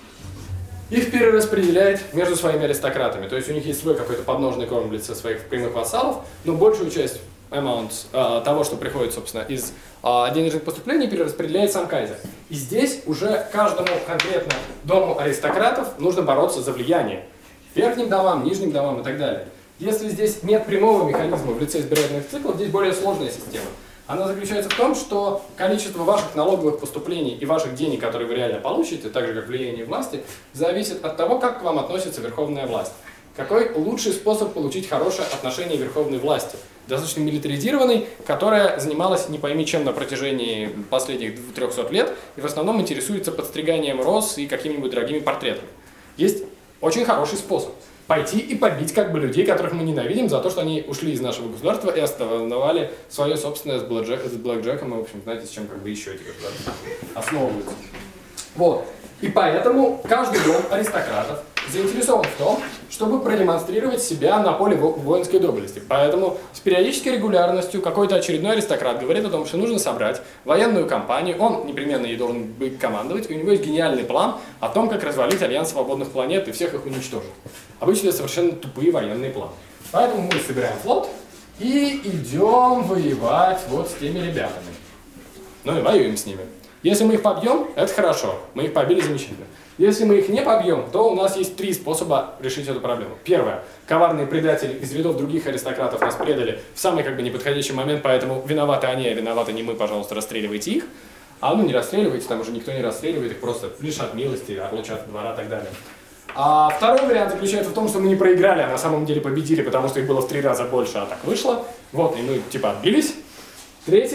их перераспределяет между своими аристократами. То есть у них есть свой какой-то подножный корм в лице своих прямых вассалов, но большую часть того, что приходит, собственно, из денежных поступлений, перераспределяет сам кайзер. И здесь уже каждому конкретно дому аристократов нужно бороться за влияние. Верхним домам, нижним домам и так далее. Если здесь нет прямого механизма в лице избирательных циклов, здесь более сложная система. Она заключается в том, что количество ваших налоговых поступлений и ваших денег, которые вы реально получите, так же как влияние власти, зависит от того, как к вам относится верховная власть. Какой лучший способ получить хорошее отношение верховной власти? Достаточно милитаризированной, которая занималась не пойми чем на протяжении последних 300 лет и в основном интересуется подстриганием роз и какими-нибудь дорогими портретами. Есть очень хороший способ. Пойти и побить как бы людей, которых мы ненавидим, за то, что они ушли из нашего государства и основали свое собственное с блэкджеком, и, в общем, знаете, с чем как бы еще эти государства основываются. Вот. И поэтому каждый дом аристократов заинтересован в том, чтобы продемонстрировать себя на поле воинской доблести. Поэтому с периодической регулярностью какой-то очередной аристократ говорит о том, что нужно собрать военную кампанию, он непременно ей должен быть командовать, и у него есть гениальный план о том, как развалить Альянс свободных планет и всех их уничтожить. Обычно это совершенно тупые военные планы. Поэтому мы собираем флот и идем воевать вот с теми ребятами. Ну и воюем с ними. Если мы их побьем, это хорошо, мы их побили замечательно. Если мы их не побьем, то у нас есть 3 способа решить эту проблему. Первое. Коварные предатели из рядов других аристократов нас предали в самый как бы неподходящий момент, поэтому виноваты они, а виноваты не мы, пожалуйста, расстреливайте их. А ну не расстреливайте, там уже никто не расстреливает, их просто лишат милости, отлучат от двора и так далее. А второй вариант заключается в том, что мы не проиграли, а на самом деле победили, потому что их было в 3 раза больше, а так вышло. Вот, и мы типа отбились. Третий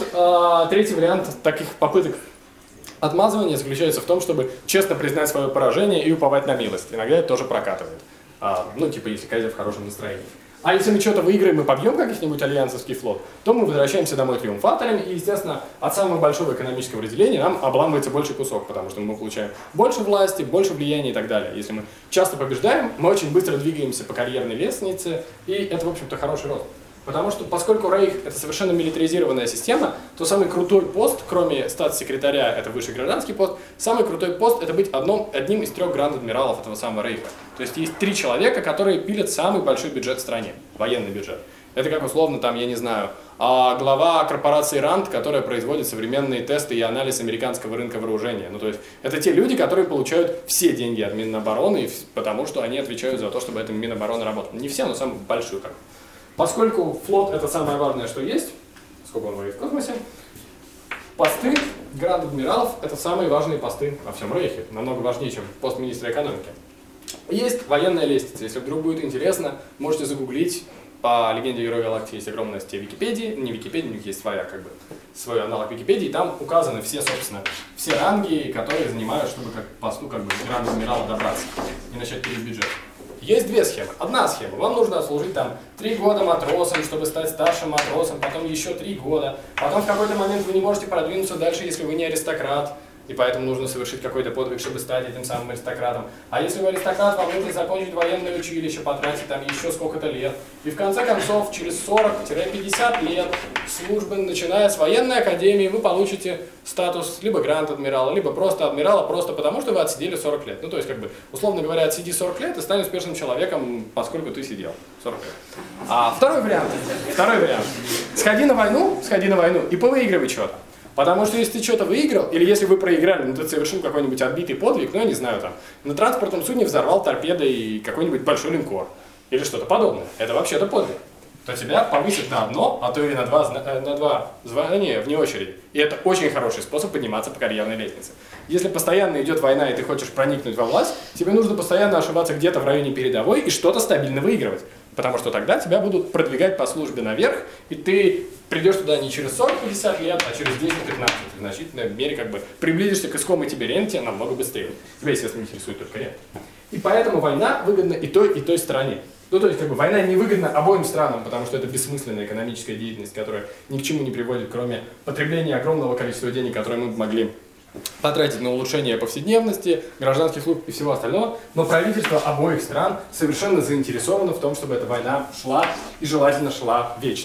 вариант таких попыток отмазывания заключается в том, чтобы честно признать свое поражение и уповать на милость. Иногда это тоже прокатывает. Ну, типа, если кайзер в хорошем настроении. А если мы что-то выиграем и побьем каких-нибудь альянсовский флот, то мы возвращаемся домой триумфаторами, и, естественно, от самого большого экономического разделения нам обламывается больше кусок, потому что мы получаем больше власти, больше влияния и так далее. Если мы часто побеждаем, мы очень быстро двигаемся по карьерной лестнице, и это, в общем-то, хороший рост. Потому что, поскольку Рейх — это совершенно милитаризированная система, то самый крутой пост, кроме статс-секретаря, это высший гражданский пост, самый крутой пост — это быть одним из 3 гранд-адмиралов этого самого Рейха. То есть есть 3 человека, которые пилят самый большой бюджет в стране, военный бюджет. Это как условно, там, я не знаю, глава корпорации РАНД, которая производит современные тесты и анализ американского рынка вооружения. Ну, то есть это те люди, которые получают все деньги от Минобороны, потому что они отвечают за то, чтобы это Минобороны работало. Не все, но самую большую как. Поскольку флот — это самое важное, что есть, сколько он воюет в космосе, посты гранд-адмиралов — это самые важные посты во всем Рейхе, намного важнее, чем пост министра экономики. Есть военная лестница. Если вдруг будет интересно, можете загуглить. По легенде Героя Галактики есть огромная статья Википедии, не Википедия, у них есть своя, как бы, свой аналог Википедии, там указаны все, собственно, все ранги, которые занимают, чтобы как посту, как бы, гранд-адмирала добраться и начать пилить бюджет. Есть 2 схемы. Одна схема. Вам нужно отслужить там 3 года матросом, чтобы стать старшим матросом, потом еще 3 года. Потом в какой-то момент вы не можете продвинуться дальше, если вы не аристократ. И поэтому нужно совершить какой-то подвиг, чтобы стать этим самым аристократом. А если вы аристократ, вам нужно закончить военное училище, потратить там еще сколько-то лет. И в конце концов, через 40-50 лет службы, начиная с военной академии, вы получите статус либо гранд-адмирала, либо просто адмирала, просто потому что вы отсидели 40 лет. Ну, то есть, как бы, условно говоря, отсиди 40 лет и стань успешным человеком, поскольку ты сидел 40 лет. А второй вариант. Сходи на войну и повыигрывай что-то. Потому что если ты что-то выиграл, или если вы проиграли, ну ты совершил какой-нибудь отбитый подвиг, ну я не знаю, там, на транспортном судне взорвал торпедой какой-нибудь большой линкор, или что-то подобное, это вообще-то подвиг, то тебя повысят на 1, а то или на 2 звания вне очереди. И это очень хороший способ подниматься по карьерной лестнице. Если постоянно идет война и ты хочешь проникнуть во власть, тебе нужно постоянно ошибаться где-то в районе передовой и что-то стабильно выигрывать. Потому что тогда тебя будут продвигать по службе наверх, и ты придешь туда не через 40-50 лет, а через 10-15. В значительной мере как бы приблизишься к искомой тебе ренте намного быстрее. Тебя, естественно, интересует только рента. И поэтому война выгодна и той стороне. Ну, то есть, как бы, война невыгодна обоим странам, потому что это бессмысленная экономическая деятельность, которая ни к чему не приводит, кроме потребления огромного количества денег, которые мы могли потратить на улучшение повседневности, гражданских служб и всего остального, но правительство обоих стран совершенно заинтересовано в том, чтобы эта война шла и желательно шла вечно.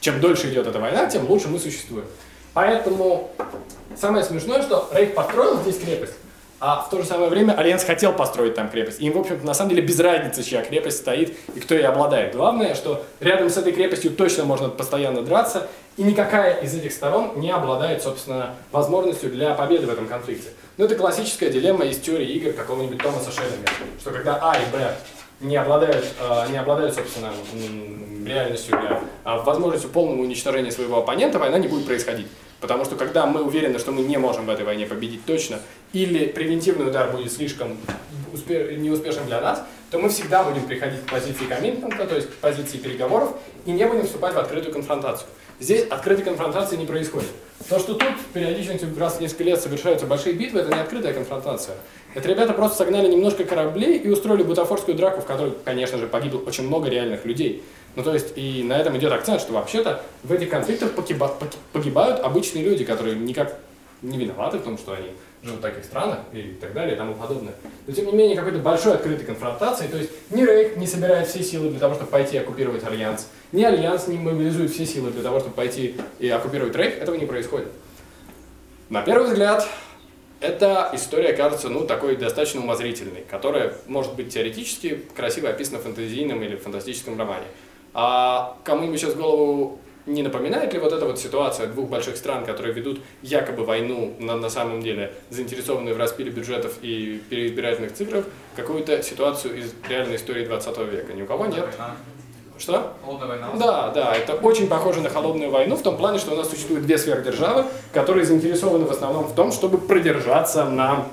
чем дольше идет эта война, тем лучше мы существуем. Поэтому самое смешное, что Рейх построил здесь крепость, а в то же самое время Альянс хотел построить там крепость. И им, в общем-то, на самом деле без разницы, чья крепость стоит и кто ей обладает. Главное, что рядом с этой крепостью точно можно постоянно драться, и никакая из этих сторон не обладает, собственно, возможностью для победы в этом конфликте. Но это классическая дилемма из теории игр какого-нибудь Томаса Шеллинга, что когда А и Б не обладают, собственно, реальностью для возможностью полного уничтожения своего оппонента, война не будет происходить. Потому что когда мы уверены, что мы не можем в этой войне победить точно, или превентивный удар будет слишком неуспешным для нас, то мы всегда будем приходить к позиции коммитмента, то есть к позиции переговоров, и не будем вступать в открытую конфронтацию. Здесь открытой конфронтации не происходит. То, что тут периодически раз в несколько лет совершаются большие битвы, это не открытая конфронтация. Это ребята просто согнали немножко кораблей и устроили бутафорскую драку, в которой, конечно же, погибло очень много реальных людей. Ну, то есть, и на этом идет акцент, что вообще-то в этих конфликтах погибают обычные люди, которые никак не виноваты в том, что они живут в таких странах и так далее и тому подобное. Но, тем не менее, какой-то большой открытой конфронтации, то есть ни Рейх не собирает все силы для того, чтобы пойти оккупировать Альянс, ни Альянс не мобилизует все силы для того, чтобы пойти и оккупировать Рейх, этого не происходит. На первый взгляд, эта история кажется, такой достаточно умозрительной, которая может быть теоретически красиво описана в фэнтезийном или фантастическом романе. А кому-нибудь сейчас в голову не напоминает ли вот эта вот ситуация двух больших стран, которые ведут якобы войну, на самом деле заинтересованные в распиле бюджетов и переизбирательных цифрах, какую-то ситуацию из реальной истории 20 века? Ни у кого нет? Что? Холодная война? Да, это очень похоже на холодную войну в том плане, что у нас существует две сверхдержавы, которые заинтересованы в основном в том, чтобы продержаться на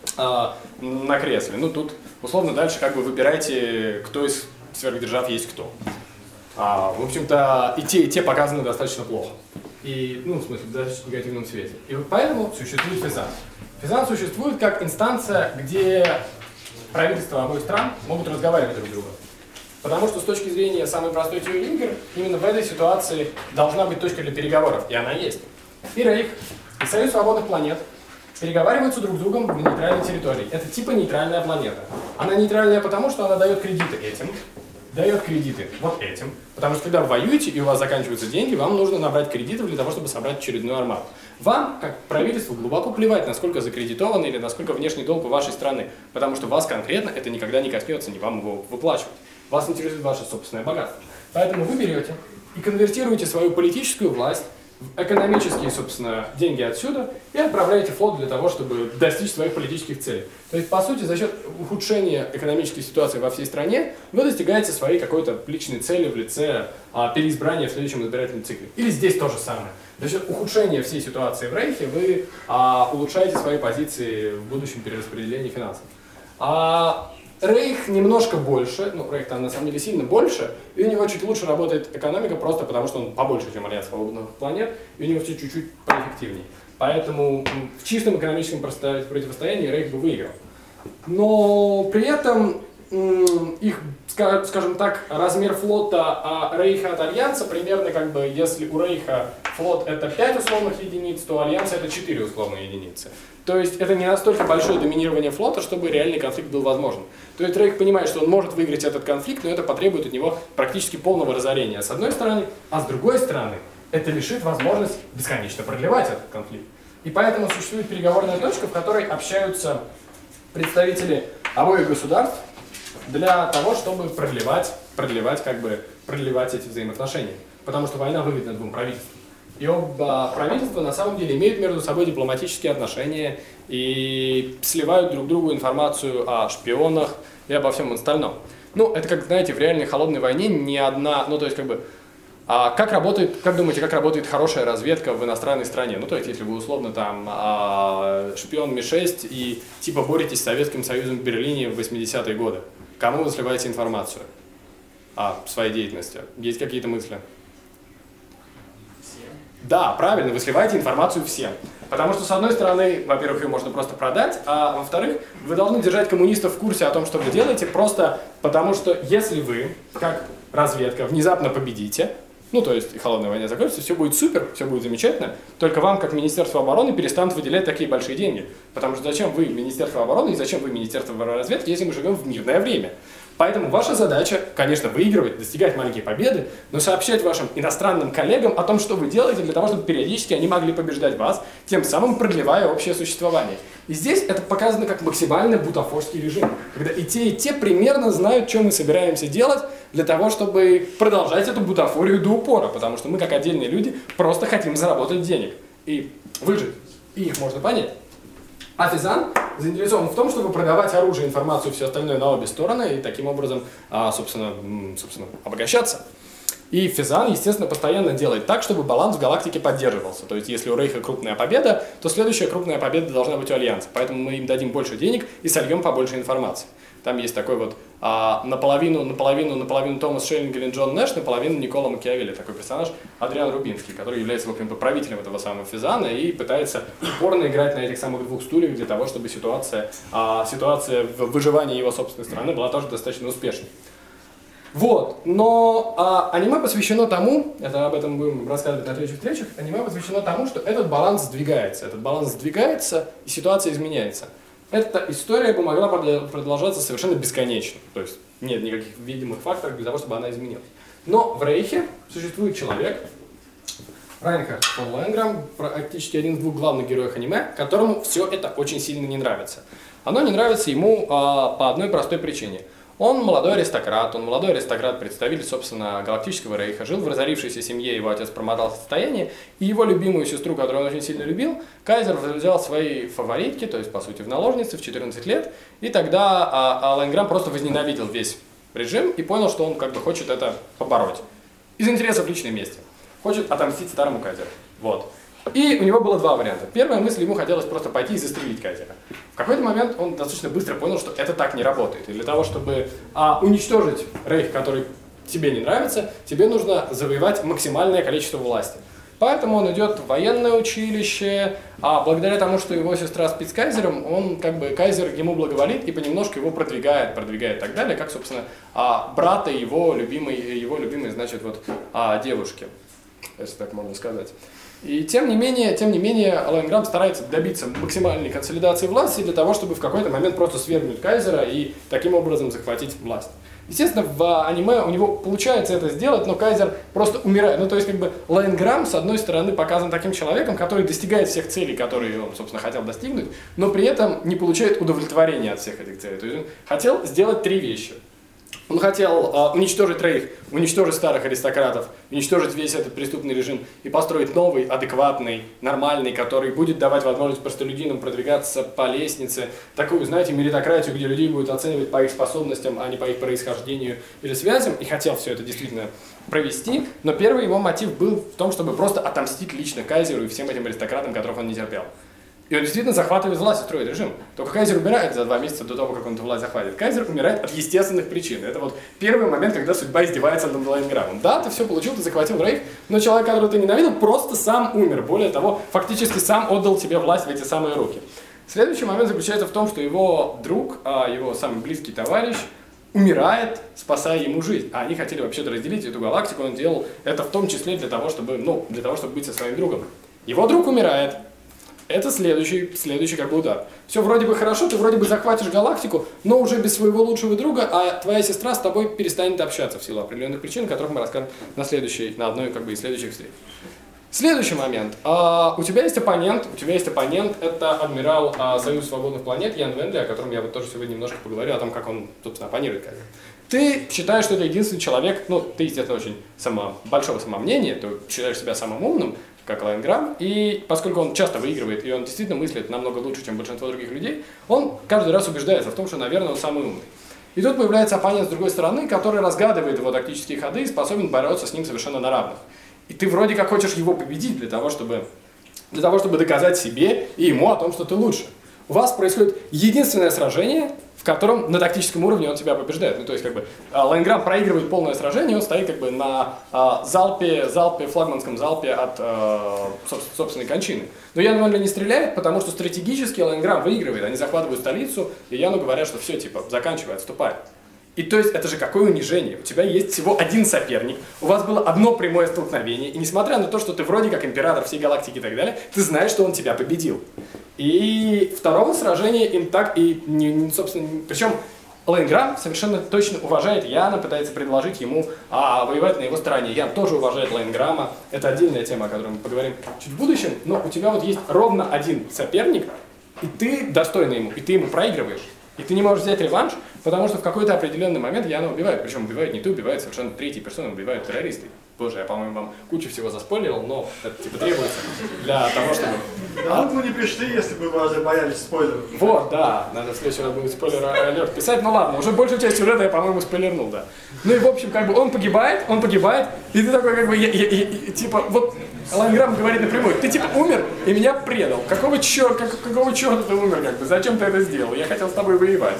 кресле. Тут, условно, дальше выбирайте, кто из сверхдержав есть кто. В общем-то, и те показаны достаточно плохо. И, в смысле, в достаточно негативном свете. И вот поэтому существует Физан. Физан существует как инстанция, где правительства обоих стран могут разговаривать друг с другом. Потому что с точки зрения самой простой теории игр, именно в этой ситуации должна быть точка для переговоров, и она есть. И Рейх, и Союз свободных планет переговариваются друг с другом на нейтральной территории. Это типа нейтральная планета. Она нейтральная потому, что она дает кредиты этим, дает кредиты вот этим. Потому что когда вы воюете и у вас заканчиваются деньги, вам нужно набрать кредитов для того, чтобы собрать очередную армаду. Вам, как правительству, глубоко плевать, насколько закредитованы или насколько внешний долг у вашей страны. Потому что вас конкретно это никогда не коснется, не вам его выплачивать. Вас интересует ваше собственное богатство. Поэтому вы берете и конвертируете свою политическую власть в экономические, собственно, деньги отсюда и отправляете флот для того, чтобы достичь своих политических целей. То есть, по сути, за счет ухудшения экономической ситуации во всей стране вы достигаете своей какой-то личной цели в лице переизбрания в следующем избирательном цикле. Или здесь то же самое. За счет ухудшения всей ситуации в Рейхе вы улучшаете свои позиции в будущем перераспределении финансов. Рейх немножко больше, Рейх там на самом деле сильно больше, и у него чуть лучше работает экономика, просто потому что он побольше, чем Альянс свободных планет, и у него все чуть-чуть поэффективнее. Поэтому в чистом экономическом противостоянии Рейх бы выиграл. Но при этом их, скажем так, размер флота Рейха от Альянса примерно если у Рейха флот это 5 условных единиц, то у Альянса это 4 условные единицы. То есть это не настолько большое доминирование флота, чтобы реальный конфликт был возможен. То есть Рейх понимает, что он может выиграть этот конфликт, но это потребует от него практически полного разорения с одной стороны, а с другой стороны это лишит возможность бесконечно продлевать этот конфликт. И поэтому существует переговорная точка, в которой общаются представители обоих государств для того, чтобы продлевать эти взаимоотношения. Потому что война выгодна двум правительствам. И оба правительства на самом деле имеют между собой дипломатические отношения и сливают друг другу информацию о шпионах и обо всем остальном. Это как, знаете, в реальной холодной войне ни одна, как думаете, как работает хорошая разведка в иностранной стране? То есть, если вы условно там шпион Ми-6 и типа боретесь с Советским Союзом в Берлине в 80-е годы, кому вы сливаете информацию о своей деятельности? Есть какие-то мысли? Да, правильно, вы сливаете информацию всем. Потому что, с одной стороны, во-первых, ее можно просто продать, а во-вторых, вы должны держать коммунистов в курсе о том, что вы делаете, просто потому что если вы, как разведка, внезапно победите, то есть холодная война закончится, все будет супер, все будет замечательно, только вам, как Министерство обороны, перестанут выделять такие большие деньги. Потому что зачем вы Министерство обороны и зачем вы Министерство разведки, если мы живем в мирное время? Поэтому ваша задача, конечно, выигрывать, достигать маленькие победы, но сообщать вашим иностранным коллегам о том, что вы делаете, для того, чтобы периодически они могли побеждать вас, тем самым продлевая общее существование. И здесь это показано как максимально бутафорский режим, когда и те примерно знают, что мы собираемся делать для того, чтобы продолжать эту бутафорию до упора, потому что мы, как отдельные люди, просто хотим заработать денег и выжить, и их можно понять. А Физан заинтересован в том, чтобы продавать оружие, информацию и все остальное на обе стороны и таким образом, собственно, обогащаться. И Физан, естественно, постоянно делает так, чтобы баланс в галактике поддерживался. То есть, если у Рейха крупная победа, то следующая крупная победа должна быть у Альянса. Поэтому мы им дадим больше денег и сольем побольше информации. Там есть такой вот наполовину Томас Шеллинг или Джон Нэш, наполовину Никколо Макиавелли, такой персонаж Адриан Рубинский, который является, в общем-то, правителем этого самого Физана и пытается упорно играть на этих самых двух стульях для того, чтобы ситуация в выживании его собственной страны была тоже достаточно успешной. Вот, но аниме посвящено тому, это об этом будем рассказывать на следующих встречах, аниме посвящено тому, что этот баланс сдвигается, и ситуация изменяется. Эта история бы могла продолжаться совершенно бесконечно, то есть нет никаких видимых факторов для того, чтобы она изменилась. Но в Рейхе существует человек, Райнхард фон Ленграм, практически один из двух главных героев аниме, которому все это очень сильно не нравится. Оно не нравится ему по одной простой причине. Он молодой аристократ, представитель, собственно, Галактического Рейха, жил в разорившейся семье, его отец промотал состояние, и его любимую сестру, которую он очень сильно любил, Кайзер взял своей фаворитки, то есть, по сути, в наложнице в 14 лет, и тогда Ленграм просто возненавидел весь режим и понял, что он как бы хочет это побороть. Из интересов личной мести. Хочет отомстить старому Кайзеру. Вот. И у него было два варианта. Первая мысль, ему хотелось просто пойти и застрелить Кайзера. В какой-то момент он достаточно быстро понял, что это так не работает. И для того, чтобы уничтожить Рейх, который тебе не нравится, тебе нужно завоевать максимальное количество власти. Поэтому он идет в военное училище, а благодаря тому, что его сестра спит с Кайзером, он как бы Кайзер ему благоволит и понемножку его продвигает и так далее, как, собственно, брата его любимой, значит, вот, девушки, если так можно сказать. И тем не менее Ленграм старается добиться максимальной консолидации власти для того, чтобы в какой-то момент просто свергнуть Кайзера и таким образом захватить власть. Естественно, в аниме у него получается это сделать, но Кайзер просто умирает. Ну, то есть, как бы, Ленграм, с одной стороны, показан таким человеком, который достигает всех целей, которые он, собственно, хотел достигнуть, но при этом не получает удовлетворения от всех этих целей. То есть, он хотел сделать три вещи. Он хотел уничтожить Рейх, уничтожить старых аристократов, уничтожить весь этот преступный режим и построить новый, адекватный, нормальный, который будет давать возможность простолюдинам продвигаться по лестнице. Такую, знаете, меритократию, где людей будут оценивать по их способностям, а не по их происхождению или связям. И хотел все это действительно провести. Но первый его мотив был в том, чтобы просто отомстить лично Кайзеру и всем этим аристократам, которых он не терпел. И он действительно захватывает власть и строит режим. Только Кайзер умирает за 2 месяца до того, как он эту власть захватит. Кайзер умирает от естественных причин. Это вот первый момент, когда судьба издевается над Ленграмом. Да, ты все получил, ты захватил Рейх, но человек, которого ты ненавидел, просто сам умер. Более того, фактически сам отдал тебе власть в эти самые руки. Следующий момент заключается в том, что его друг, его самый близкий товарищ, умирает, спасая ему жизнь. А они хотели вообще-то разделить эту галактику, он делал это в том числе для того, чтобы быть со своим другом. Его друг умирает. Это следующий как бы удар. Все вроде бы хорошо, ты вроде бы захватишь галактику, но уже без своего лучшего друга, а твоя сестра с тобой перестанет общаться в силу определенных причин, о которых мы расскажем на одной как бы из следующих встреч. Следующий момент. У тебя есть оппонент, это адмирал Союза свободных планет Ян Венли, о котором я вот тоже сегодня немножко поговорю, о том, как он, собственно, оппонирует Кайзер. Ты считаешь, что это единственный человек, ты, естественно, очень большого самомнения, ты считаешь себя самым умным, как Ленграм, и поскольку он часто выигрывает, и он действительно мыслит намного лучше, чем большинство других людей, он каждый раз убеждается в том, что, наверное, он самый умный. И тут появляется оппонент с другой стороны, который разгадывает его тактические ходы и способен бороться с ним совершенно на равных. И ты вроде как хочешь его победить для того, чтобы доказать себе и ему о том, что ты лучше. У вас происходит единственное сражение, в котором на тактическом уровне он тебя побеждает. То есть, как бы, Ленграм проигрывает полное сражение, он стоит как бы на флагманском залпе от собственной кончины. Но Ян Венли не стреляет, потому что стратегически Ленграм выигрывает. Они захватывают столицу, и Яну говорят, что все, заканчивай, отступай. И то есть, это же какое унижение. У тебя есть всего один соперник, у вас было одно прямое столкновение, и несмотря на то, что ты вроде как император всей галактики и так далее, ты знаешь, что он тебя победил. И второго сражения им так и, собственно, причем Лайнграм совершенно точно уважает Яна, пытается предложить ему воевать на его стороне. Ян тоже уважает Лайнграма. Это отдельная тема, о которой мы поговорим чуть в будущем. Но у тебя вот есть ровно один соперник, и ты достойный ему, и ты ему проигрываешь. И ты не можешь взять реванш, потому что в какой-то определенный момент Яна убивают. Причем убивают не ты, убивают совершенно третьи персоны, убивают террористы. Боже, я, по-моему, вам кучу всего заспойлерил, но это типа требуется для того, чтобы... Да вот мы не пришли, если бы вы уже боялись спойлеров. Вот, да, надо в следующий раз будет спойлер-алерт писать. Ну ладно, уже большую часть сюжета я, по-моему, спойлернул, да. Ну и в общем, как бы он погибает, и ты такой как бы, типа, вот Лайнграм говорит напрямую, ты типа умер и меня предал. Какого черта ты умер, как бы, зачем ты это сделал? Я хотел с тобой воевать.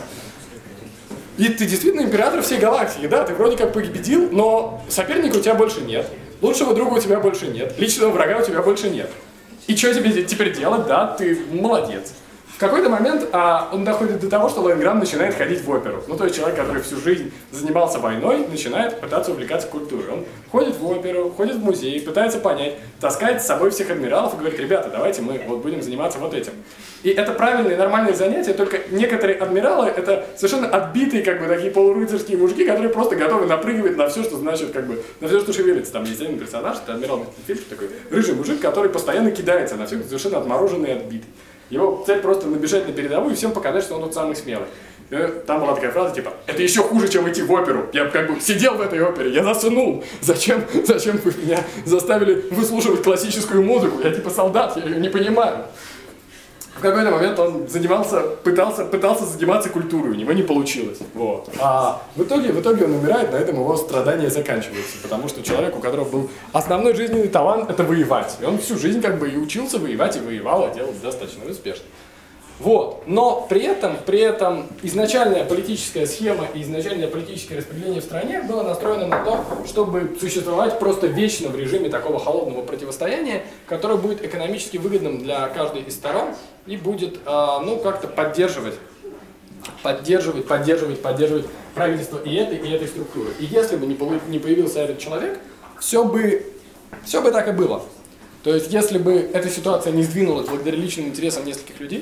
И ты действительно император всей галактики, да, ты вроде как победил, но соперника у тебя больше нет, лучшего друга у тебя больше нет, личного врага у тебя больше нет. И что тебе теперь делать, да, ты молодец. В какой-то момент он доходит до того, что Лайнграм начинает ходить в оперу. Ну, то есть человек, который всю жизнь занимался войной, начинает пытаться увлекаться культурой. Он ходит в оперу, ходит в музей, пытается понять, таскает с собой всех адмиралов и говорит, ребята, давайте мы вот будем заниматься вот этим. И это правильное и нормальное занятие, только некоторые адмиралы — это совершенно отбитые, как бы, такие полурыцарские мужики, которые просто готовы напрыгивать на все, что значит, как бы, на все, что шевелится. Там есть один персонаж, это адмирал Фильтр, такой рыжий мужик, который постоянно кидается на все, совершенно отмороженный и отбитый. Его цель просто набежать на передовую и всем показать, что он тот самый смелый. Там была такая фраза, типа, это еще хуже, чем идти в оперу. Я как бы сидел в этой опере, я заснул. Зачем вы меня заставили выслушивать классическую музыку? Я типа солдат, я ее не понимаю. В какой-то момент он пытался заниматься культурой, у него не получилось. Вот. А в итоге он умирает, на этом его страдания заканчиваются. Потому что человек, у которого был основной жизненный талант, это воевать. И он всю жизнь как бы и учился воевать, и воевал, и делал достаточно успешно. Вот. Но при этом изначальная политическая схема и изначальное политическое распределение в стране было настроено на то, чтобы существовать просто вечно в режиме такого холодного противостояния, которое будет экономически выгодным для каждой из сторон и будет, как-то поддерживать правительство и этой структуры. И если бы не появился этот человек, все бы так и было. То есть, если бы эта ситуация не сдвинулась благодаря личным интересам нескольких людей,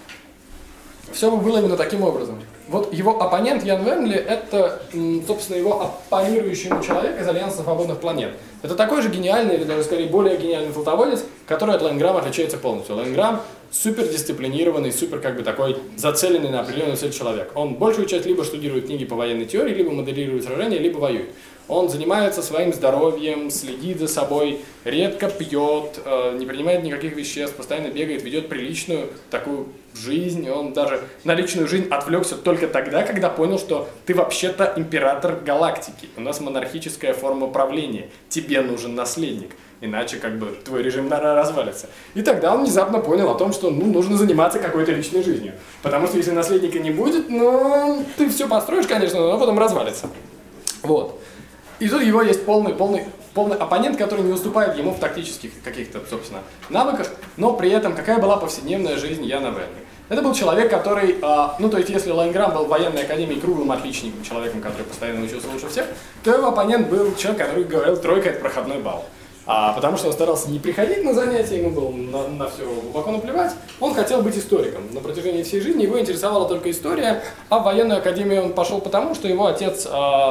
все бы было именно таким образом. Вот его оппонент Ян Венли — это, собственно, его оппонирующий ему человек из Альянса свободных планет. Это такой же гениальный, или даже скорее более гениальный флотоводец, который от Лайнграма отличается полностью. Лайнграм супер дисциплинированный, супер как бы такой зацеленный на определенную цель человек. Он большую часть либо штудирует книги по военной теории, либо моделирует сражения, либо воюет. Он занимается своим здоровьем, следит за собой, редко пьет, не принимает никаких веществ, постоянно бегает, ведет приличную такую жизнь. Он даже на личную жизнь отвлекся только тогда, когда понял, что ты вообще-то император галактики. У нас монархическая форма правления. Тебе нужен наследник. Иначе как бы твой режим развалится. И тогда он внезапно понял о том, что нужно заниматься какой-то личной жизнью. Потому что если наследника не будет, ты все построишь, конечно, но потом развалится. Вот. И тут его есть полный оппонент, который не уступает ему в тактических каких-то, собственно, навыках, но при этом какая была повседневная жизнь Яна Венли. Это был человек, который, то есть если Лайнграм был в военной академии круглым отличником, человеком, который постоянно учился лучше всех, то его оппонент был человек, который говорил, тройка — это проходной балл. Потому что он старался не приходить на занятия, ему было на все глубоко наплевать. Он хотел быть историком. На протяжении всей жизни его интересовала только история, а в военную академию он пошел потому, что его отец,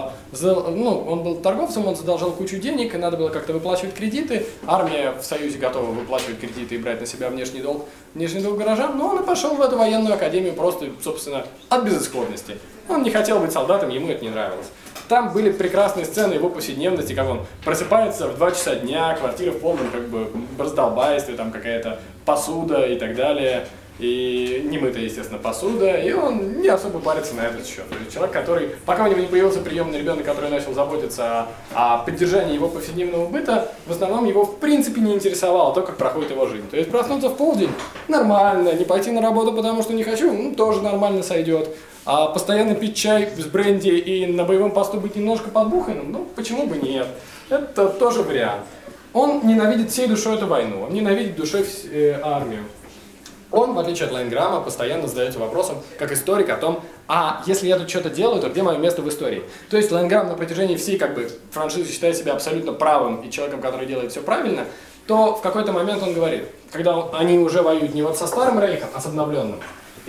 он был торговцем, он задолжал кучу денег, и надо было как-то выплачивать кредиты. Армия в Союзе готова выплачивать кредиты и брать на себя внешний долг горожан, но он и пошел в эту военную академию просто, собственно, от безысходности. Он не хотел быть солдатом, ему это не нравилось. Там были прекрасные сцены его повседневности, как он просыпается в 2 часа дня, квартира в полном как бы раздолбайстве, там какая-то посуда и так далее, и немытая, естественно, посуда, и он не особо парится на этот счет. То есть человек, который, пока у него не появился приемный ребенок, который начал заботиться о поддержании его повседневного быта, в основном его в принципе не интересовало то, как проходит его жизнь. То есть проснуться в полдень — нормально, не пойти на работу, потому что не хочу — тоже нормально сойдет. А постоянно пить чай с бренди и на боевом посту быть немножко подбуханным, почему бы нет? Это тоже вариант. Он ненавидит всей душой эту войну, он ненавидит душой армию. Он, в отличие от Лайнграма, постоянно задается вопросом, как историк, о том, если я тут что-то делаю, то где мое место в истории? То есть Лайнграм на протяжении всей франшизы считает себя абсолютно правым и человеком, который делает все правильно, то в какой-то момент он говорит, когда они уже воюют не вот со Старым Рейхом, а с обновленным.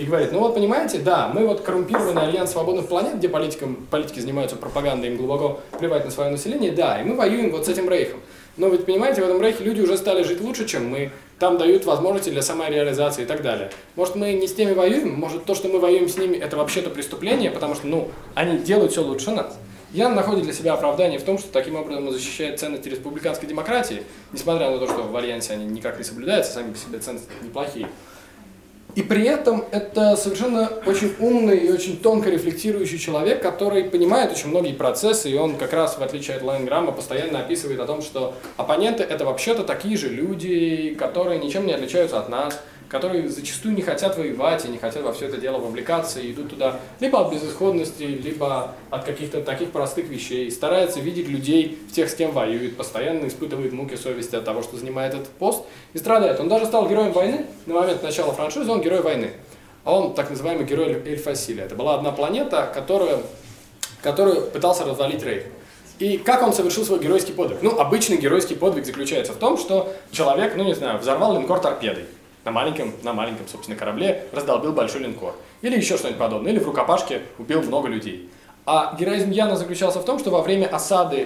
и говорит, ну вот понимаете, да, мы вот коррумпированный альянс свободных планет, где политики занимаются пропагандой, им глубоко плевать на свое население, да, и мы воюем вот с этим рейхом. Но ведь понимаете, в этом рейхе люди уже стали жить лучше, чем мы, там дают возможности для самореализации и так далее. Может, мы не с теми воюем, может, то, что мы воюем с ними, это вообще-то преступление, потому что, ну, они делают все лучше нас. Ян находит для себя оправдание в том, что таким образом он защищает ценности республиканской демократии, несмотря на то, что в альянсе они никак не соблюдаются, сами по себе ценности неплохие. И при этом это совершенно очень умный и очень тонко рефлектирующий человек, который понимает очень многие процессы, и он как раз, в отличие от Лайнграма, постоянно описывает о том, что оппоненты — это вообще-то такие же люди, которые ничем не отличаются от нас, которые зачастую не хотят воевать и не хотят во все это дело вовлекаться и идут туда либо от безысходности, либо от каких-то таких простых вещей, стараются видеть людей в тех, с кем воюют, постоянно испытывает муки совести от того, что занимает этот пост и страдает. Он даже стал героем войны, на момент начала франшизы он герой войны, а он так называемый герой Эль-Фасиля. Это была одна планета, которую пытался развалить рейх. И как он совершил свой геройский подвиг? Ну, обычный геройский подвиг заключается в том, что человек, ну не знаю, взорвал линкор торпедой. На маленьком, собственно, корабле раздолбил большой линкор. Или еще что-нибудь подобное. Или в рукопашке убил много людей. А героизм Яна заключался в том, что во время осады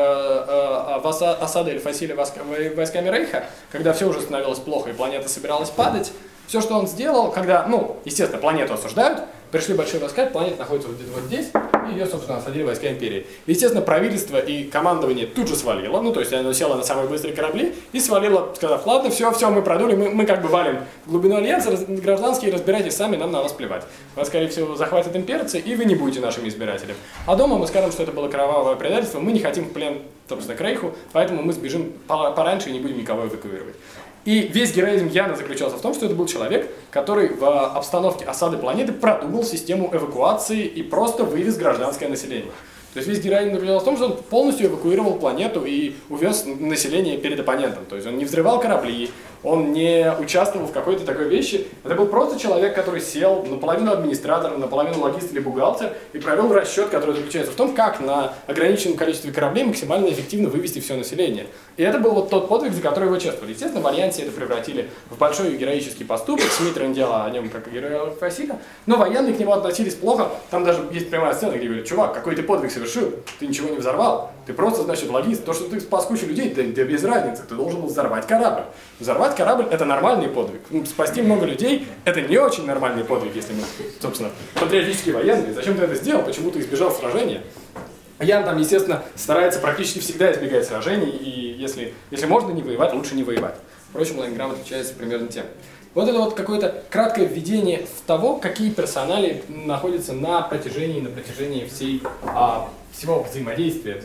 Эль-Фасиля войсками Рейха, когда все уже становилось плохо и планета собиралась падать, все, что он сделал, когда, ну, естественно, планету осуждают, пришли большие войска, планета находится вот где-то вот здесь, и ее, собственно, осадили войска империи. Естественно, правительство и командование тут же свалило, ну, то есть оно село на самые быстрые корабли и свалило, сказав, ладно, все, мы продули, мы как бы валим в глубину альянса, гражданские, разбирайтесь сами, нам на вас плевать. Вас, скорее всего, захватят имперцы, и вы не будете нашими избирателями. А дома мы скажем, что это было кровавое предательство, мы не хотим в плен, собственно, к Рейху, поэтому мы сбежим пораньше и не будем никого эвакуировать. И весь героизм Яна заключался в том, что это был человек, который в обстановке осады планеты продумал систему эвакуации и просто вывез гражданское население. То есть весь героизм заключался в том, что он полностью эвакуировал планету и увез население перед оппонентом. То есть он не взрывал корабли, он не участвовал в какой-то такой вещи. Это был просто человек, который сел, наполовину администратор, наполовину логист или бухгалтер, и провел расчет, который заключается в том, как на ограниченном количестве кораблей максимально эффективно вывести все население. И это был вот тот подвиг, за который его чествовали. Естественно, в Альянсе это превратили в большой героический поступок. Смит делал о нем как о герое Фасиля, но военные к нему относились плохо. Там даже есть прямая сцена, где говорят, чувак, какой ты подвиг совершил, ты ничего не взорвал, ты просто, значит, логист. То, что ты спас кучу людей, да без разницы, ты должен был взорвать корабль. Взорвать корабль — это нормальный подвиг. Спасти много людей — это не очень нормальный подвиг, если мы, собственно, патриотические военные. Зачем ты это сделал? Почему ты избежал сражения? Ян там, естественно, старается практически всегда избегать сражений, и если можно не воевать, лучше не воевать. Впрочем, Лайнграм отличается примерно тем. Вот это вот какое-то краткое введение в того, какие персонали находятся на протяжении всего взаимодействия.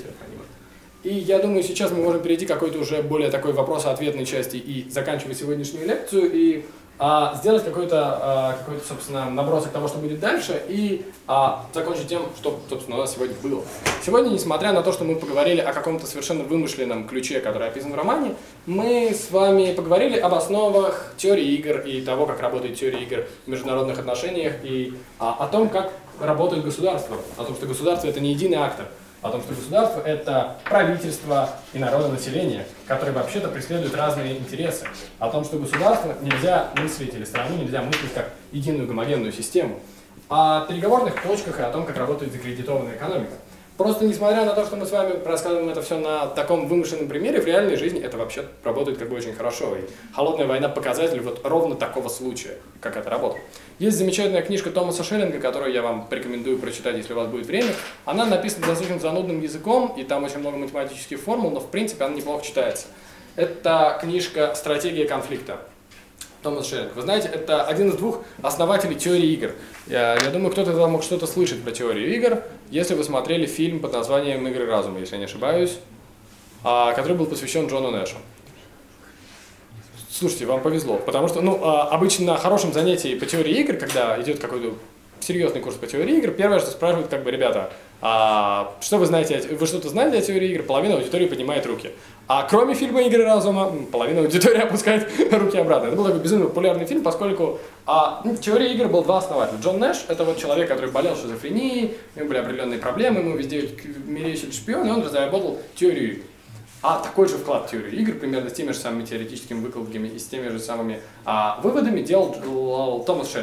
И я думаю, сейчас мы можем перейти к какой-то уже более такой вопрос-ответной части и заканчивать сегодняшнюю лекцию, и сделать какой-то, собственно, набросок того, что будет дальше, и закончить тем, что, собственно, у нас сегодня было. Сегодня, несмотря на то, что мы поговорили о каком-то совершенно вымышленном ключе, который описан в романе, мы с вами поговорили об основах теории игр и того, как работает теория игр в международных отношениях, и о том, как работает государство, о том, что государство — это не единый актор, о том, что государство — это правительство и народонаселение, которые вообще-то преследуют разные интересы, о том, что государство нельзя мыслить или страну нельзя мыслить как единую гомогенную систему, о переговорных точках и о том, как работает закредитованная экономика. Просто несмотря на то, что мы с вами рассказываем это все на таком вымышленном примере, в реальной жизни это вообще работает как бы очень хорошо. И «Холодная война» — показатель вот ровно такого случая, как это работает. Есть замечательная книжка Томаса Шеллинга, которую я вам порекомендую прочитать, если у вас будет время. Она написана достаточно занудным языком, и там очень много математических формул, но в принципе она неплохо читается. Это книжка «Стратегия конфликта». Томас Шеллинг. Вы знаете, это один из двух основателей теории игр. Я думаю, кто-то из вас мог что-то слышать про теорию игр, если вы смотрели фильм под названием «Игры разума», если я не ошибаюсь, который был посвящен Джону Нэшу. Слушайте, вам повезло, потому что, обычно на хорошем занятии по теории игр, когда идет какой-то серьезный курс по теории игр, первое, что спрашивают, как бы, ребята, что вы знаете, вы что-то знаете о теории игр? Половина аудитории поднимает руки. А кроме фильма «Игры разума», половина аудитории опускает руки обратно. Это был такой безумно популярный фильм, поскольку теория игр был два основателя. Джон Нэш — это вот человек, который болел шизофренией, у него были определенные проблемы, ему везде мерещили шпионы, и он разработал теорию игр. А такой же вклад в теорию игр, примерно с теми же самыми теоретическими выкладками и с теми же самыми выводами делал Томас Шеллинг.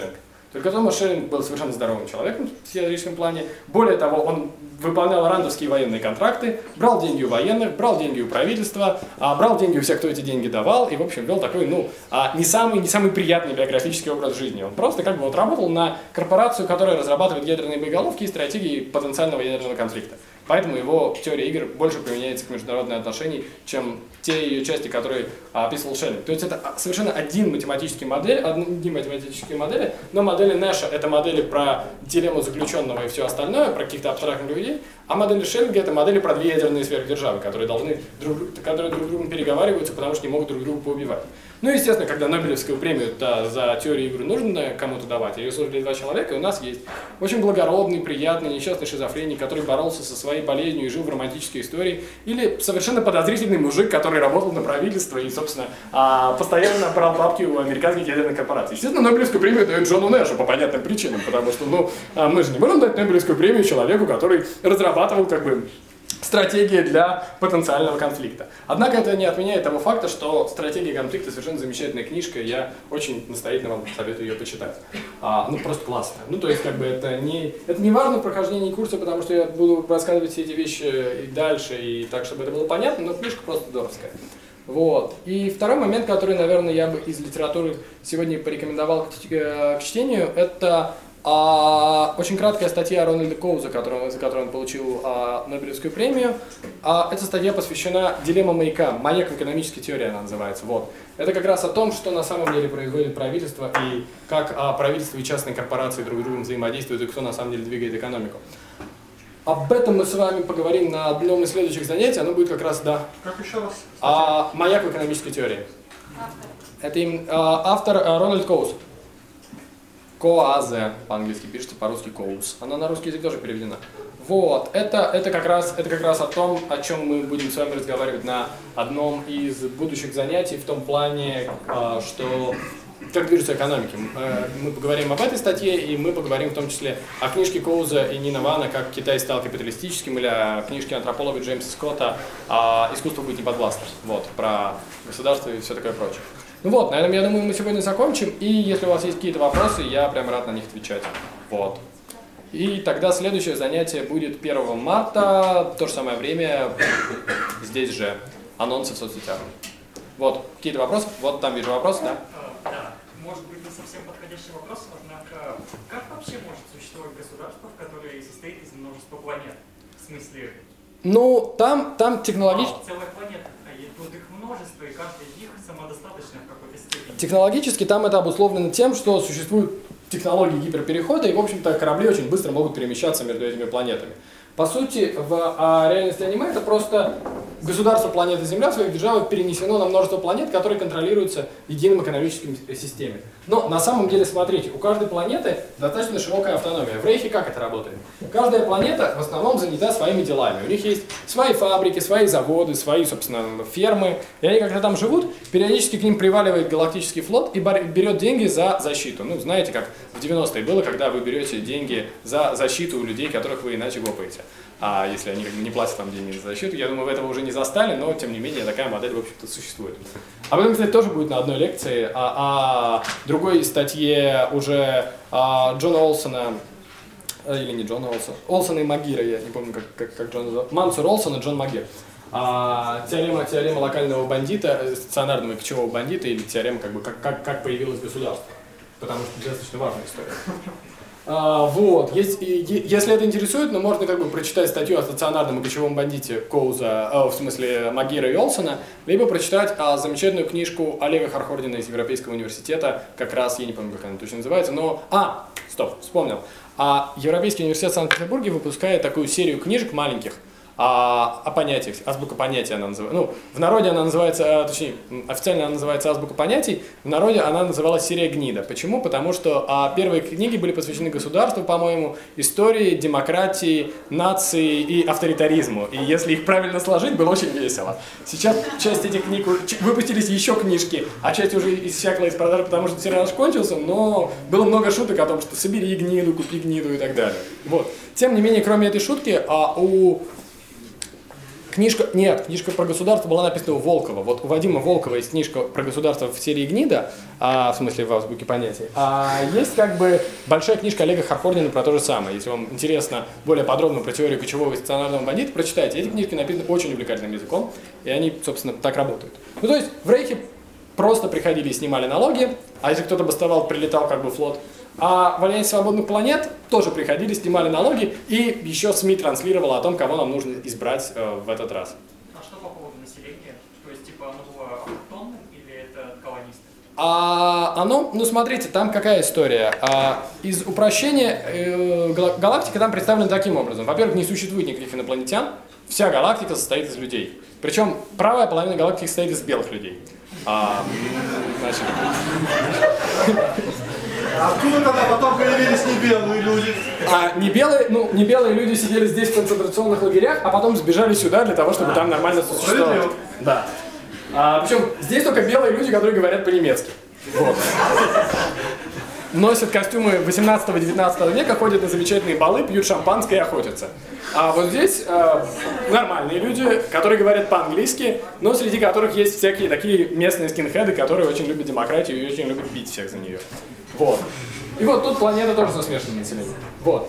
Только Томас Шеллинг был совершенно здоровым человеком в теоретическом плане. Более того, он выполнял рандовские военные контракты, брал деньги у военных, брал деньги у правительства, брал деньги у всех, кто эти деньги давал, и, в общем, вел такой, не самый приятный биографический образ жизни. Он просто как бы вот работал на корпорацию, которая разрабатывает ядерные боеголовки и стратегии потенциального ядерного конфликта. Поэтому его теория игр больше применяется к международным отношениям, чем те ее части, которые описывал Шеллинг. То есть это совершенно одни математические модели, но модели Нэша — это модели про дилемму заключенного и все остальное, про каких-то абстрактных людей, а модели Шеллинга — это модели про две ядерные сверхдержавы, которые друг с другом переговариваются, потому что не могут друг друга поубивать. Ну, естественно, когда Нобелевскую премию за теорию игры нужно кому-то давать, ее создали два человека, и у нас есть очень благородный, приятный, несчастный шизофреник, который боролся со своей болезнью и жил в романтической истории, или совершенно подозрительный мужик, который работал на правительство и, собственно, постоянно брал бабки у американских ядерных корпораций. Естественно, Нобелевскую премию дают Джону Нэшу по понятным причинам, потому что, мы же не можем дать Нобелевскую премию человеку, который разрабатывал, стратегии для потенциального конфликта. Однако это не отменяет того факта, что «Стратегия конфликта» совершенно замечательная книжка, я очень настоятельно вам советую ее почитать. Просто классная. То есть, это не важно в прохождении курса, потому что я буду рассказывать все эти вещи и дальше, и так, чтобы это было понятно, но книжка просто здоровская. Вот. И второй момент, который, наверное, я бы из литературы сегодня порекомендовал к чтению, это очень краткая статья Рональда Коуза, за которую он получил Нобелевскую премию. Эта статья посвящена дилемме маяка. Маяк в экономической теории она называется. Вот. Это как раз о том, что на самом деле производит правительство и как правительство и частные корпорации друг с другом взаимодействуют и кто на самом деле двигает экономику. Об этом мы с вами поговорим на одном из следующих занятий. Оно будет как раз, да. Как еще раз? Маяк в экономической теории. Это автор Рональд Коуз. Коазе по-английски пишется, по-русски Коуз. Она на русский язык тоже переведена. Вот, это как раз о том, о чем мы будем с вами разговаривать на одном из будущих занятий, в том плане, что как движется экономика. Мы поговорим об этой статье, и мы поговорим в том числе о книжке Коуза и Нина Вана «Как Китай стал капиталистическим» или о книжке антрополога Джеймса Скотта «Искусство быть неподвластным». Вот, про государство и все такое прочее. На этом, я думаю, мы сегодня закончим, и если у вас есть какие-то вопросы, я прям рад на них отвечать. Вот. И тогда следующее занятие будет 1 марта, в то же самое время, здесь же, анонсы в соцсетях. Вот, какие-то вопросы? Вот там вижу вопрос, да? Да, может быть, не совсем подходящий вопрос, однако, как вообще может существовать государство, которое состоит из множества планет? В смысле... Там технологически... Целая планета, тут их множество, и каждая из них самодостаточна в какой-то степени. Технологически там это обусловлено тем, что существуют технологии гиперперехода, и, в общем-то, корабли очень быстро могут перемещаться между этими планетами. По сути, в реальности аниме это просто государство планеты Земля в своих державах перенесено на множество планет, которые контролируются единым экономическим системой. Но на самом деле, смотрите, у каждой планеты достаточно широкая автономия. В Рейхе как это работает? Каждая планета в основном занята своими делами. У них есть свои фабрики, свои заводы, свои, собственно, фермы. И они когда там живут, периодически к ним приваливает галактический флот и берет деньги за защиту. Знаете, как в 90-е было, когда вы берете деньги за защиту у людей, которых вы иначе гопаете. А если они не платят вам деньги за защиту, я думаю, вы этого уже не застали, но тем не менее такая модель, в общем-то, существует. Об этом, кстати, тоже будет на одной лекции, другой статье уже Джона Олсона, или не Джона Олсона, Олсона и Магира, я не помню, как Джон называл, Мансур Олсон и Джон Магир. Теорема локального бандита, стационарного кочевого бандита, или теорема, как появилось государство, потому что это достаточно важная история. Если это интересует, можно прочитать статью о стационарном и кочевом бандите Коуза, в смысле Магира и Олсона, либо прочитать замечательную книжку Олега Хархордина из Европейского университета, как раз, я не помню, как она точно называется, но... вспомнил. Европейский университет в Санкт-Петербурге выпускает такую серию книжек маленьких, о понятиях, азбука понятий она называется. В народе она называется, точнее, официально она называется азбука понятий, в народе она называлась серия гнида. Почему? Потому что первые книги были посвящены государству, по-моему, истории, демократии, нации и авторитаризму. И если их правильно сложить, было очень весело. Сейчас часть этих книг, выпустились еще книжки, а часть уже иссякла из продажи, потому что тираж кончился, но было много шуток о том, что собери гниду, купи гниду и так далее. Вот. Тем не менее, кроме этой шутки, Нет, книжка про государство была написана у Волкова. Вот у Вадима Волкова есть книжка про государство в серии «Гнида», в смысле в азбуке понятий. А есть как бы большая книжка Олега Хархорнина про то же самое. Если вам интересно более подробно про теорию кочевого и стационарного бандита, прочитайте. Эти книжки написаны очень увлекательным языком, и они, собственно, так работают. Ну, то есть в Рейхе просто приходили и снимали налоги, а если кто-то бастовал, прилетал как бы флот. А в Альянсе свободных планет тоже приходили, снимали налоги, и еще СМИ транслировало о том, кого нам нужно избрать в этот раз. А что по поводу населения? То есть, типа, оно было автохтонным или это колонисты? Ну смотрите, там какая история. Из упрощения галактика там представлена таким образом. Во-первых, не существует никаких инопланетян, вся галактика состоит из людей. Причем правая половина галактики состоит из белых людей. Значит... А откуда тогда потом появились небелые люди? Не белые люди сидели здесь в концентрационных лагерях, а потом сбежали сюда для того, чтобы там нормально существовать. Да. Причем здесь только белые люди, которые говорят по-немецки. Вот. Носят костюмы 18-19 века, ходят на замечательные балы, пьют шампанское и охотятся. А вот здесь нормальные люди, которые говорят по-английски, но среди которых есть всякие такие местные скинхеды, которые очень любят демократию и очень любят бить всех за нее. Вот. И вот тут планета тоже со смешанным населением. Вот.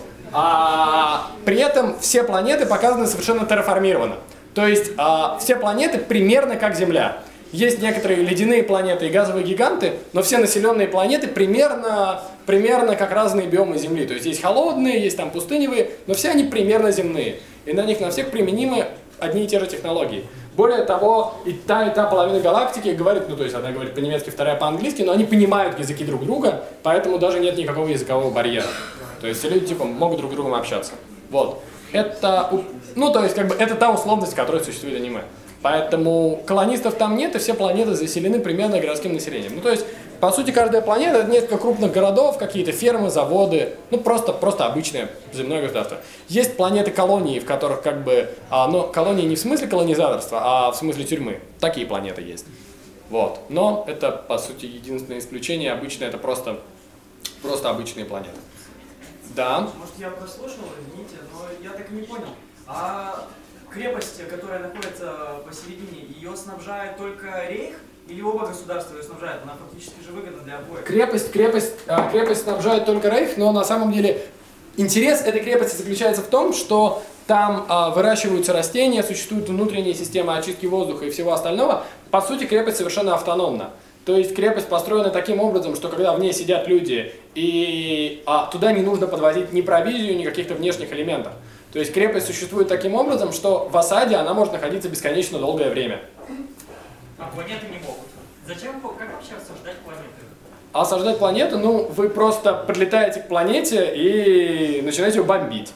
При этом все планеты показаны совершенно терраформированно. То есть все планеты примерно как Земля. Есть некоторые ледяные планеты и газовые гиганты, но все населенные планеты примерно как разные биомы Земли. То есть есть холодные, есть там пустыневые, но все они примерно земные. И на них на всех применимы одни и те же технологии. Более того, и та половина галактики говорит, то есть одна говорит по-немецки, вторая по-английски, но они понимают языки друг друга, поэтому даже нет никакого языкового барьера. То есть все люди могут друг с другом общаться. Вот. Это та условность, которая существует в аниме. Поэтому колонистов там нет, и все планеты заселены примерно городским населением. То есть, по сути, каждая планета — это несколько крупных городов, какие-то фермы, заводы, просто обычное земное государство. Есть планеты-колонии, в которых колонии не в смысле колонизаторства, а в смысле тюрьмы. Такие планеты есть. Вот. Но это, по сути, единственное исключение. Обычно это просто обычные планеты. Да. Может, я прослушал, извините, но я так и не понял. А крепость, которая находится посередине, ее снабжает только Рейх или оба государства ее снабжают? Она фактически же выгодна для обоих. Крепость снабжает только Рейх, но на самом деле интерес этой крепости заключается в том, что там выращиваются растения, существуют внутренние системы очистки воздуха и всего остального. По сути, крепость совершенно автономна. То есть крепость построена таким образом, что когда в ней сидят люди, и туда не нужно подвозить ни провизию, ни каких-то внешних элементов. То есть крепость существует таким образом, что в осаде она может находиться бесконечно долгое время. А планеты не могут. Как вообще осаждать планеты? Осаждать планету, вы просто подлетаете к планете и начинаете ее бомбить.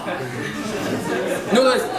То есть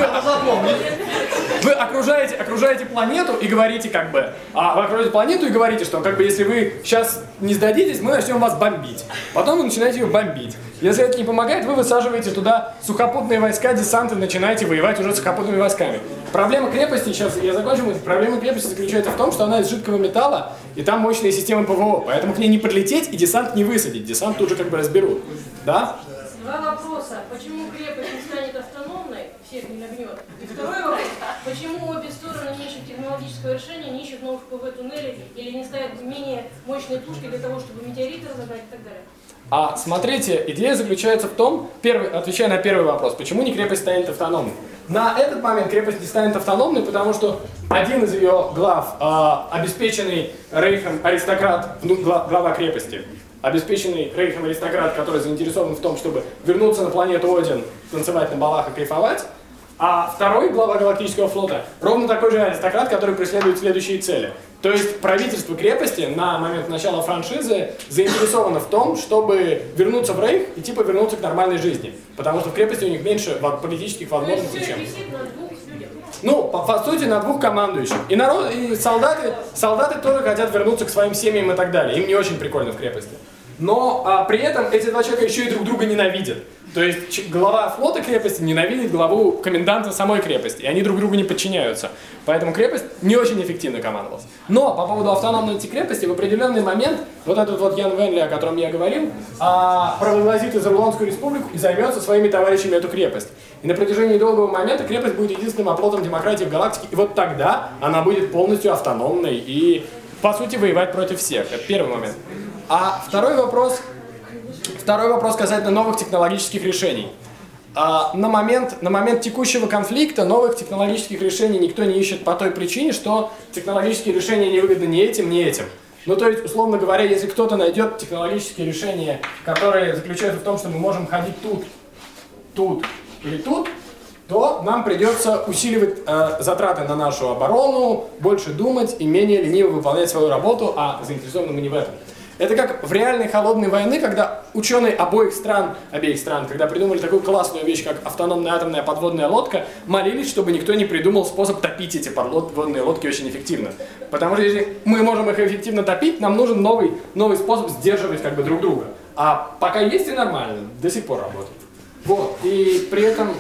вы окружаете планету и говорите вы окружаете планету и говорите, что если вы сейчас не сдадитесь, мы начнем вас бомбить. Потом вы начинаете ее бомбить. Если это не помогает, вы высаживаете туда сухопутные войска, десант и начинаете воевать уже сухопутными войсками. Проблема крепости, сейчас я закончу, проблема крепости заключается в том, что она из жидкого металла, и там мощные системы ПВО, поэтому к ней не подлететь и десант не высадить. Десант тут же разберут. Да? Два вопроса. Почему крепость не станет автономной, всех не нагнет? И второй вопрос. Почему обе стороны не ищут технологического решения, не ищут новых ПВ-туннелей или не ставят менее мощные пушки для того, чтобы метеориты разогнать и так далее? Смотрите, идея заключается в том, отвечая на первый вопрос, почему не крепость станет автономной. На этот момент крепость не станет автономной, потому что один из ее глав, обеспеченный Рейхом аристократ, глава крепости, обеспеченный Рейхом аристократ, который заинтересован в том, чтобы вернуться на планету Один, танцевать на балах и кайфовать, а второй глава галактического флота ровно такой же аристократ, который преследует следующие цели. То есть правительство крепости на момент начала франшизы заинтересовано в том, чтобы вернуться в Рейх и вернуться к нормальной жизни. Потому что в крепости у них меньше политических возможностей, чем... по сути, на двух командующих. И солдаты тоже хотят вернуться к своим семьям и так далее. Им не очень прикольно в крепости. Но при этом эти два человека еще и друг друга ненавидят. То есть глава флота крепости ненавидит главу коменданта самой крепости, и они друг другу не подчиняются. Поэтому крепость не очень эффективно командовалась. Но по поводу автономности крепости в определенный момент вот этот вот Ян Венли, о котором я говорил, провозгласит Изерландскую республику и займется своими товарищами эту крепость. И на протяжении долгого момента крепость будет единственным оплотом демократии в галактике, и вот тогда она будет полностью автономной и, по сути, воевать против всех. Это первый момент. А второй вопрос касательно новых технологических решений. На момент текущего конфликта новых технологических решений никто не ищет по той причине, что технологические решения не выгодны ни этим, ни этим. Ну, то есть, условно говоря, если кто-то найдет технологические решения, которые заключаются в том, что мы можем ходить тут или тут, то нам придется усиливать затраты на нашу оборону, больше думать и менее лениво выполнять свою работу, а заинтересованы мы не в этом. Это как в реальной холодной войне, когда ученые обеих стран, когда придумали такую классную вещь, как автономная атомная подводная лодка, молились, чтобы никто не придумал способ топить эти подводные лодки очень эффективно. Потому что если мы можем их эффективно топить, нам нужен новый способ сдерживать как бы друг друга. А пока есть и нормально, до сих пор работает. Вот. И при этом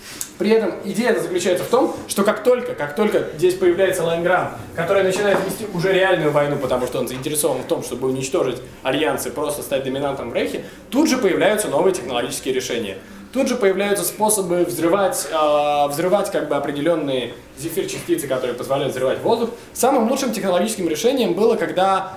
идея заключается в том, что как только здесь появляется Лайнграм, который начинает вести уже реальную войну, потому что он заинтересован в том, чтобы уничтожить альянсы, просто стать доминантом в Рейхе, тут же появляются новые технологические решения. Тут же появляются способы взрывать как бы определенные зефир-частицы, которые позволяют взрывать воздух. Самым лучшим технологическим решением было, когда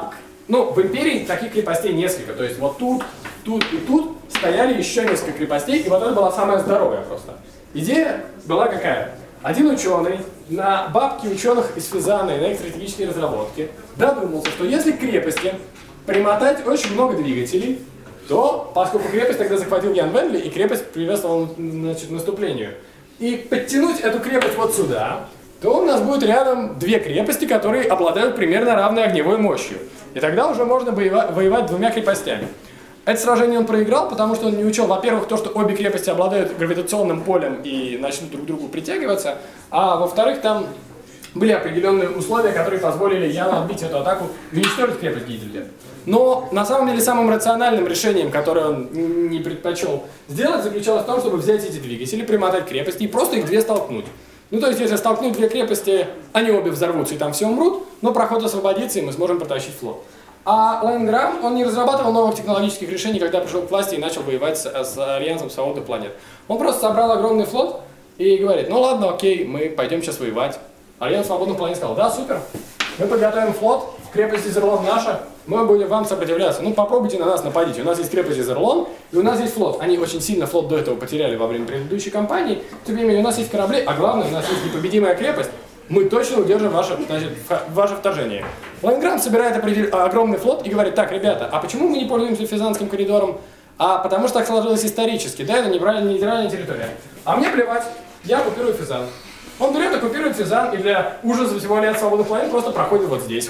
в империи таких крепостей несколько. То есть вот тут и тут стояли еще несколько крепостей, и вот это была самая здоровая просто. Идея была какая? Один ученый на бабки ученых из Физана и на их стратегические разработки додумался, что если к крепости примотать очень много двигателей, то, поскольку крепость тогда захватил Ян Венли, и крепость приветствовала наступлению, и подтянуть эту крепость вот сюда, то у нас будет рядом две крепости, которые обладают примерно равной огневой мощью. И тогда уже можно воевать двумя крепостями. Это сражение он проиграл, потому что он не учел, во-первых, то, что обе крепости обладают гравитационным полем и начнут друг к другу притягиваться, а во-вторых, там были определенные условия, которые позволили Яну отбить эту атаку и уничтожить крепость Гейзельберг. Но на самом деле самым рациональным решением, которое он не предпочел сделать, заключалось в том, чтобы взять эти двигатели, примотать крепости и просто их две столкнуть. Ну, то есть, если столкнуть две крепости, они обе взорвутся и там все умрут, но проход освободится, и мы сможем протащить флот. А Лайнграм, он не разрабатывал новых технологических решений, когда пришел к власти и начал воевать с Альянсом Свободных Планет. Он просто собрал огромный флот и говорит: ну ладно, окей, мы пойдем сейчас воевать. Альянс Свободных Планет сказал: да, супер, мы подготовим флот, крепость Изерлон наша, мы будем вам сопротивляться. Ну попробуйте на нас нападить, у нас есть крепость Изерлон, и у нас есть флот. Они очень сильно флот до этого потеряли во время предыдущей кампании. Тем не менее, у нас есть корабли, а главное, у нас есть непобедимая крепость. Мы точно удержим ваше вторжение. Лайнграм собирает огромный флот и говорит: так, ребята, а почему мы не пользуемся Физанским коридором? А потому что так сложилось исторически, да, это нейтральная территория. А мне плевать, я оккупирую Физан. Он берет, оккупирует Физан, и для ужаса всего Альянса Свободных Планет просто проходит вот здесь.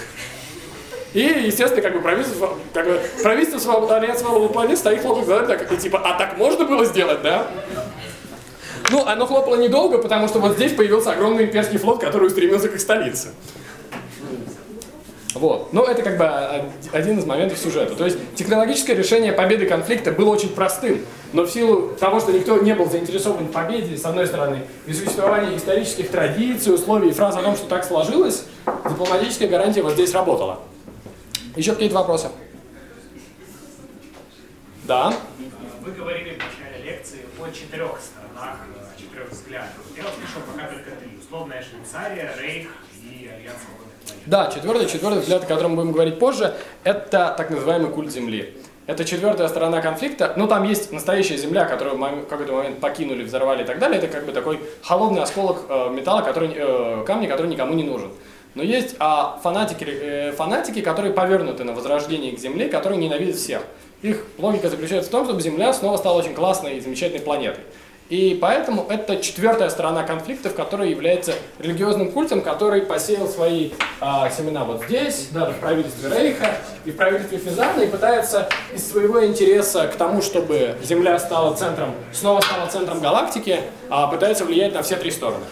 И, естественно, правительство Альянса Свободных Планет стоит, хлопает глазами, так, и типа: а так можно было сделать, да? Ну, оно хлопало недолго, потому что вот здесь появился огромный имперский флот, который устремился к их столице. Вот. Но это как бы один из моментов сюжета. То есть технологическое решение победы конфликта было очень простым, но в силу того, что никто не был заинтересован в победе, с одной стороны, и существовании исторических традиций, условий и фраз о том, что так сложилось, дипломатическая гарантия вот здесь работала. Еще какие-то вопросы? Да? Вы говорили в начале лекции о 4 сторонах, 4 взглядах. Я услышал пока только 3. Условная Швейцария, Рейх и Альянс Свободных Планет. Да, четвертый взгляд, о котором мы будем говорить позже, это так называемый культ Земли. Это 4-я сторона конфликта. Ну, там есть настоящая Земля, которую в какой-то момент покинули, взорвали и так далее. Это как бы такой холодный осколок металла, камня, который никому не нужен. Но есть фанатики, которые повернуты на возрождение к Земле, которые ненавидят всех. Их логика заключается в том, чтобы Земля снова стала очень классной и замечательной планетой. И поэтому это 4-я сторона конфликта, в которой является религиозным культом, который посеял свои семена вот здесь, даже в правительстве Рейха и в правительстве Физана, и пытается из своего интереса к тому, чтобы Земля снова стала центром галактики, пытается влиять на все 3 стороны.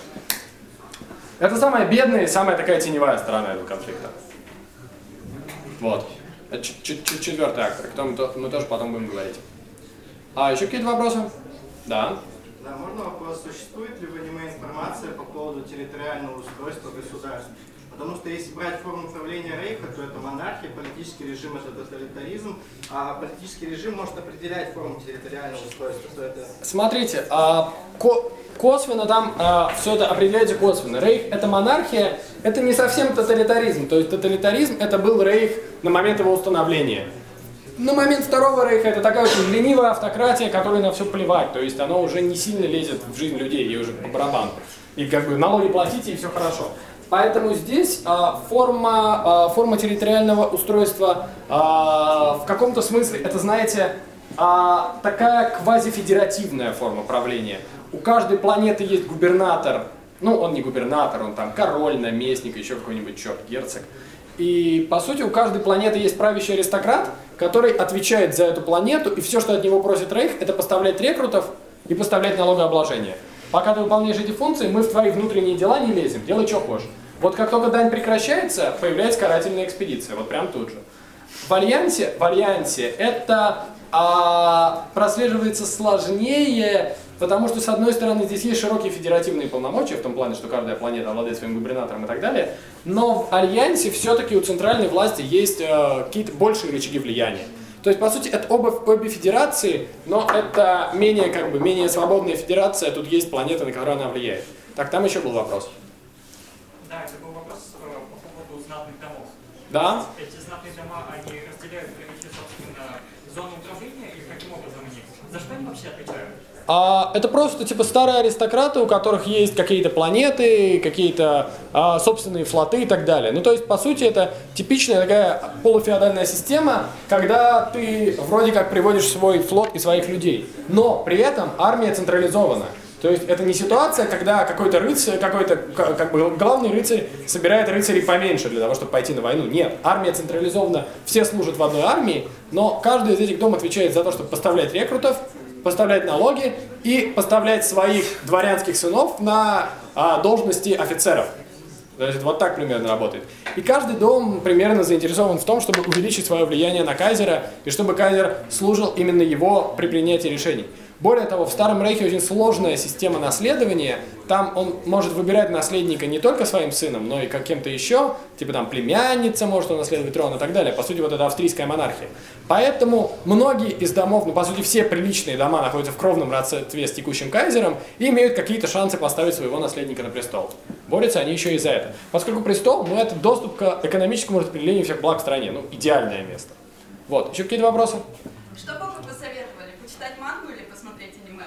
Это самая бедная и самая такая теневая сторона этого конфликта. Вот. Это четвертый акт, о котором мы тоже потом будем говорить. А еще какие-то вопросы? Да. Да, можно вопрос, существует ли в аниме информация по поводу территориального устройства государства? Потому что если брать форму правления Рейха, то это монархия, политический режим это тоталитаризм, а политический режим может определять форму территориального устройства. То это... Смотрите, косвенно там все это определяется косвенно. Рейх это монархия, это не совсем тоталитаризм. То есть тоталитаризм это был Рейх на момент его установления. На момент второго Рейха это такая очень ленивая автократия, которой на все плевать. То есть оно уже не сильно лезет в жизнь людей, ей уже по барабану. И как бы налоги платите, и все хорошо. Поэтому здесь форма территориального устройства в каком-то смысле, это, знаете, такая квазифедеративная форма правления. У каждой планеты есть губернатор, ну он не губернатор, он там король, наместник, еще какой-нибудь черт, герцог. И по сути у каждой планеты есть правящий аристократ, который отвечает за эту планету, и все, что от него просит Рейх, это поставлять рекрутов и поставлять налогообложение. Пока ты выполняешь эти функции, мы в твои внутренние дела не лезем, делай что хочешь. Вот как только дань прекращается, появляется карательная экспедиция, вот прям тут же. В Альянсе это прослеживается сложнее, потому что, с одной стороны, здесь есть широкие федеративные полномочия, в том плане, что каждая планета обладает своим губернатором и так далее, но в Альянсе все-таки у центральной власти есть какие-то большие рычаги влияния. То есть, по сути, это обе федерации, но это менее свободная федерация, тут есть планета, на которую она влияет. Так, там еще был вопрос. Да, это был вопрос по поводу знатных домов. Да? Эти знатные дома, они разделяют собственно, зону управления, и каким образом они? За что они вообще отвечают? Это просто типа старые аристократы, у которых есть какие-то планеты, какие-то собственные флоты и так далее. Ну то есть по сути это типичная такая полуфеодальная система, когда ты вроде как приводишь свой флот и своих людей, но при этом армия централизована. То есть это не ситуация, когда какой-то рыцарь, как бы главный рыцарь собирает рыцарей поменьше для того, чтобы пойти на войну. Нет, армия централизована, все служат в одной армии, но каждый из этих дом отвечает за то, чтобы поставлять рекрутов, поставлять налоги и поставлять своих дворянских сынов на должности офицеров. То есть вот так примерно работает. И каждый дом примерно заинтересован в том, чтобы увеличить свое влияние на кайзера и чтобы кайзер служил именно его при принятии решений. Более того, в Старом Рейхе очень сложная система наследования. Там он может выбирать наследника не только своим сыном, но и каким-то еще, типа там племянница может унаследовать трон и так далее. По сути, вот это австрийская монархия. Поэтому многие из домов, ну по сути все приличные дома находятся в кровном родстве с текущим кайзером и имеют какие-то шансы поставить своего наследника на престол. Борются они еще и за это. Поскольку престол, ну это доступ к экономическому распределению всех благ в стране. Ну, идеальное место. Вот. Еще какие-то вопросы? Что бы вы посоветовали? Почитать мангу или посмотреть аниме?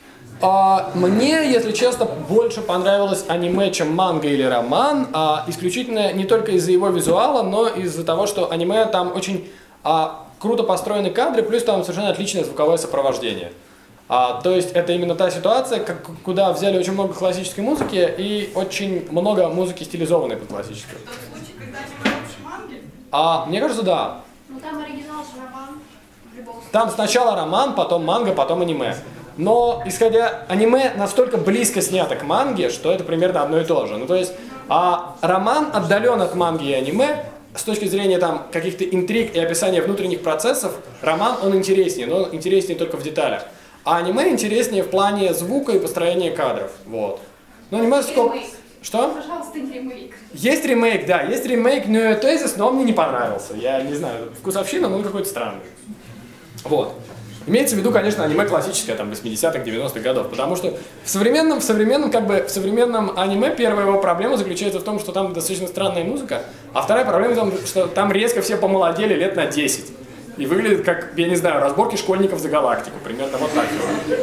Мне, если честно, больше понравилось аниме, чем манга или роман, исключительно не только из-за его визуала, но из-за того, что аниме там очень круто построены кадры, плюс там совершенно отличное звуковое сопровождение. То есть это именно та ситуация, куда взяли очень много классической музыки и очень много музыки стилизованной под классическую. В том случае, когда аниме лучше манги? Мне кажется, да. Ну там оригинал же роман. В любом случае. Там сначала роман, потом манга, потом аниме. Но, исходя, аниме настолько близко снято к манге, что это примерно одно и то же. Ну, то есть, роман отдален от манги и аниме, с точки зрения там каких-то интриг и описания внутренних процессов, роман, он интереснее, но он интереснее только в деталях. А аниме интереснее в плане звука и построения кадров. Вот. Но аниме сколько... Что? Пожалуйста, не ремейк. Есть ремейк, да, есть ремейк New Tezis, но он мне не понравился. Я не знаю, вкусовщина, но он какой-то странный. Вот. Имеется в виду, конечно, аниме классическое, там, 80-х, 90-х годов, потому что в современном аниме первая его проблема заключается в том, что там достаточно странная музыка, а вторая проблема в том, что там резко все помолодели лет на 10. И выглядит как, я не знаю, разборки школьников за галактику, примерно вот так.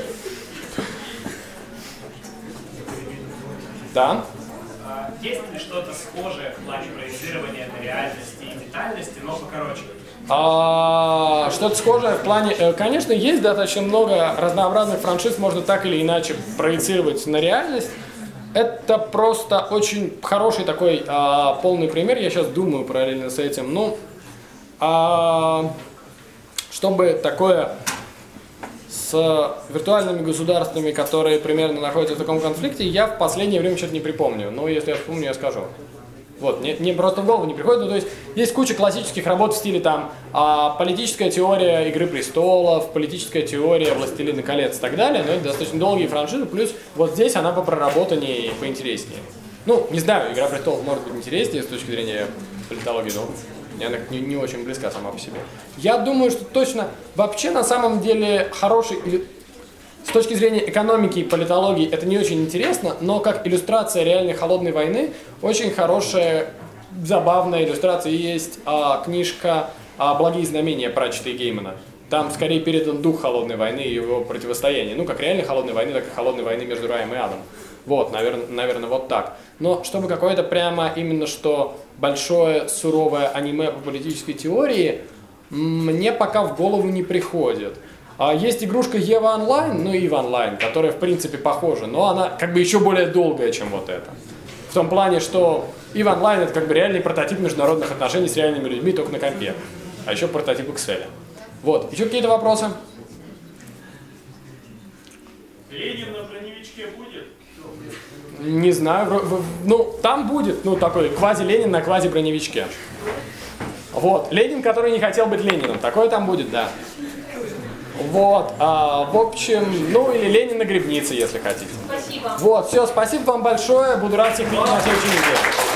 Да? Есть ли что-то схожее в плане проецирования на реальности и детальности, но покороче? Что-то схожее в плане... Конечно, есть достаточно много разнообразных франшиз, можно так или иначе проецировать на реальность. Это просто очень хороший такой полный пример. Я сейчас думаю параллельно с этим. Ну, чтобы такое с виртуальными государствами, которые примерно находятся в таком конфликте, я в последнее время что-то не припомню. Но если я вспомню, я скажу. Вот, мне просто в голову не приходит. Ну, то есть куча классических работ в стиле там политическая теория «Игры престолов», политическая теория «Властелина колец» и так далее, но это достаточно долгие франшизы, плюс вот здесь она по проработаннее и поинтереснее. Ну, не знаю, «Игра престолов» может быть интереснее с точки зрения политологии, но она не очень близка сама по себе. Я думаю, что точно вообще на самом деле хороший... С точки зрения экономики и политологии это не очень интересно, но как иллюстрация реальной холодной войны очень хорошая, забавная иллюстрация. Есть книжка «Благие знамения» Пратчета и Геймана. Там скорее передан дух холодной войны и его противостояние. Ну, как реальной холодной войны, так и холодной войны между раем и адом. Вот, наверное, вот так. Но чтобы какое-то прямо именно что большое суровое аниме по политической теории, мне пока в голову не приходит. Есть игрушка Ева Онлайн, ну Ива Онлайн, которая в принципе похожа, но она как бы еще более долгая, чем вот это. В том плане, что Ива Онлайн это как бы реальный прототип международных отношений с реальными людьми, только на компе. А еще прототип Excel. Вот, еще какие-то вопросы? Ленин на броневичке будет? Не знаю, ну там будет, ну такой квази-Ленин на квази-броневичке. Вот, Ленин, который не хотел быть Лениным, такое там будет, да. Вот, в общем, ну или Ленин на гребнице, если хотите. Спасибо. Вот, все, спасибо вам большое, буду рад всех видеть на следующей неделе.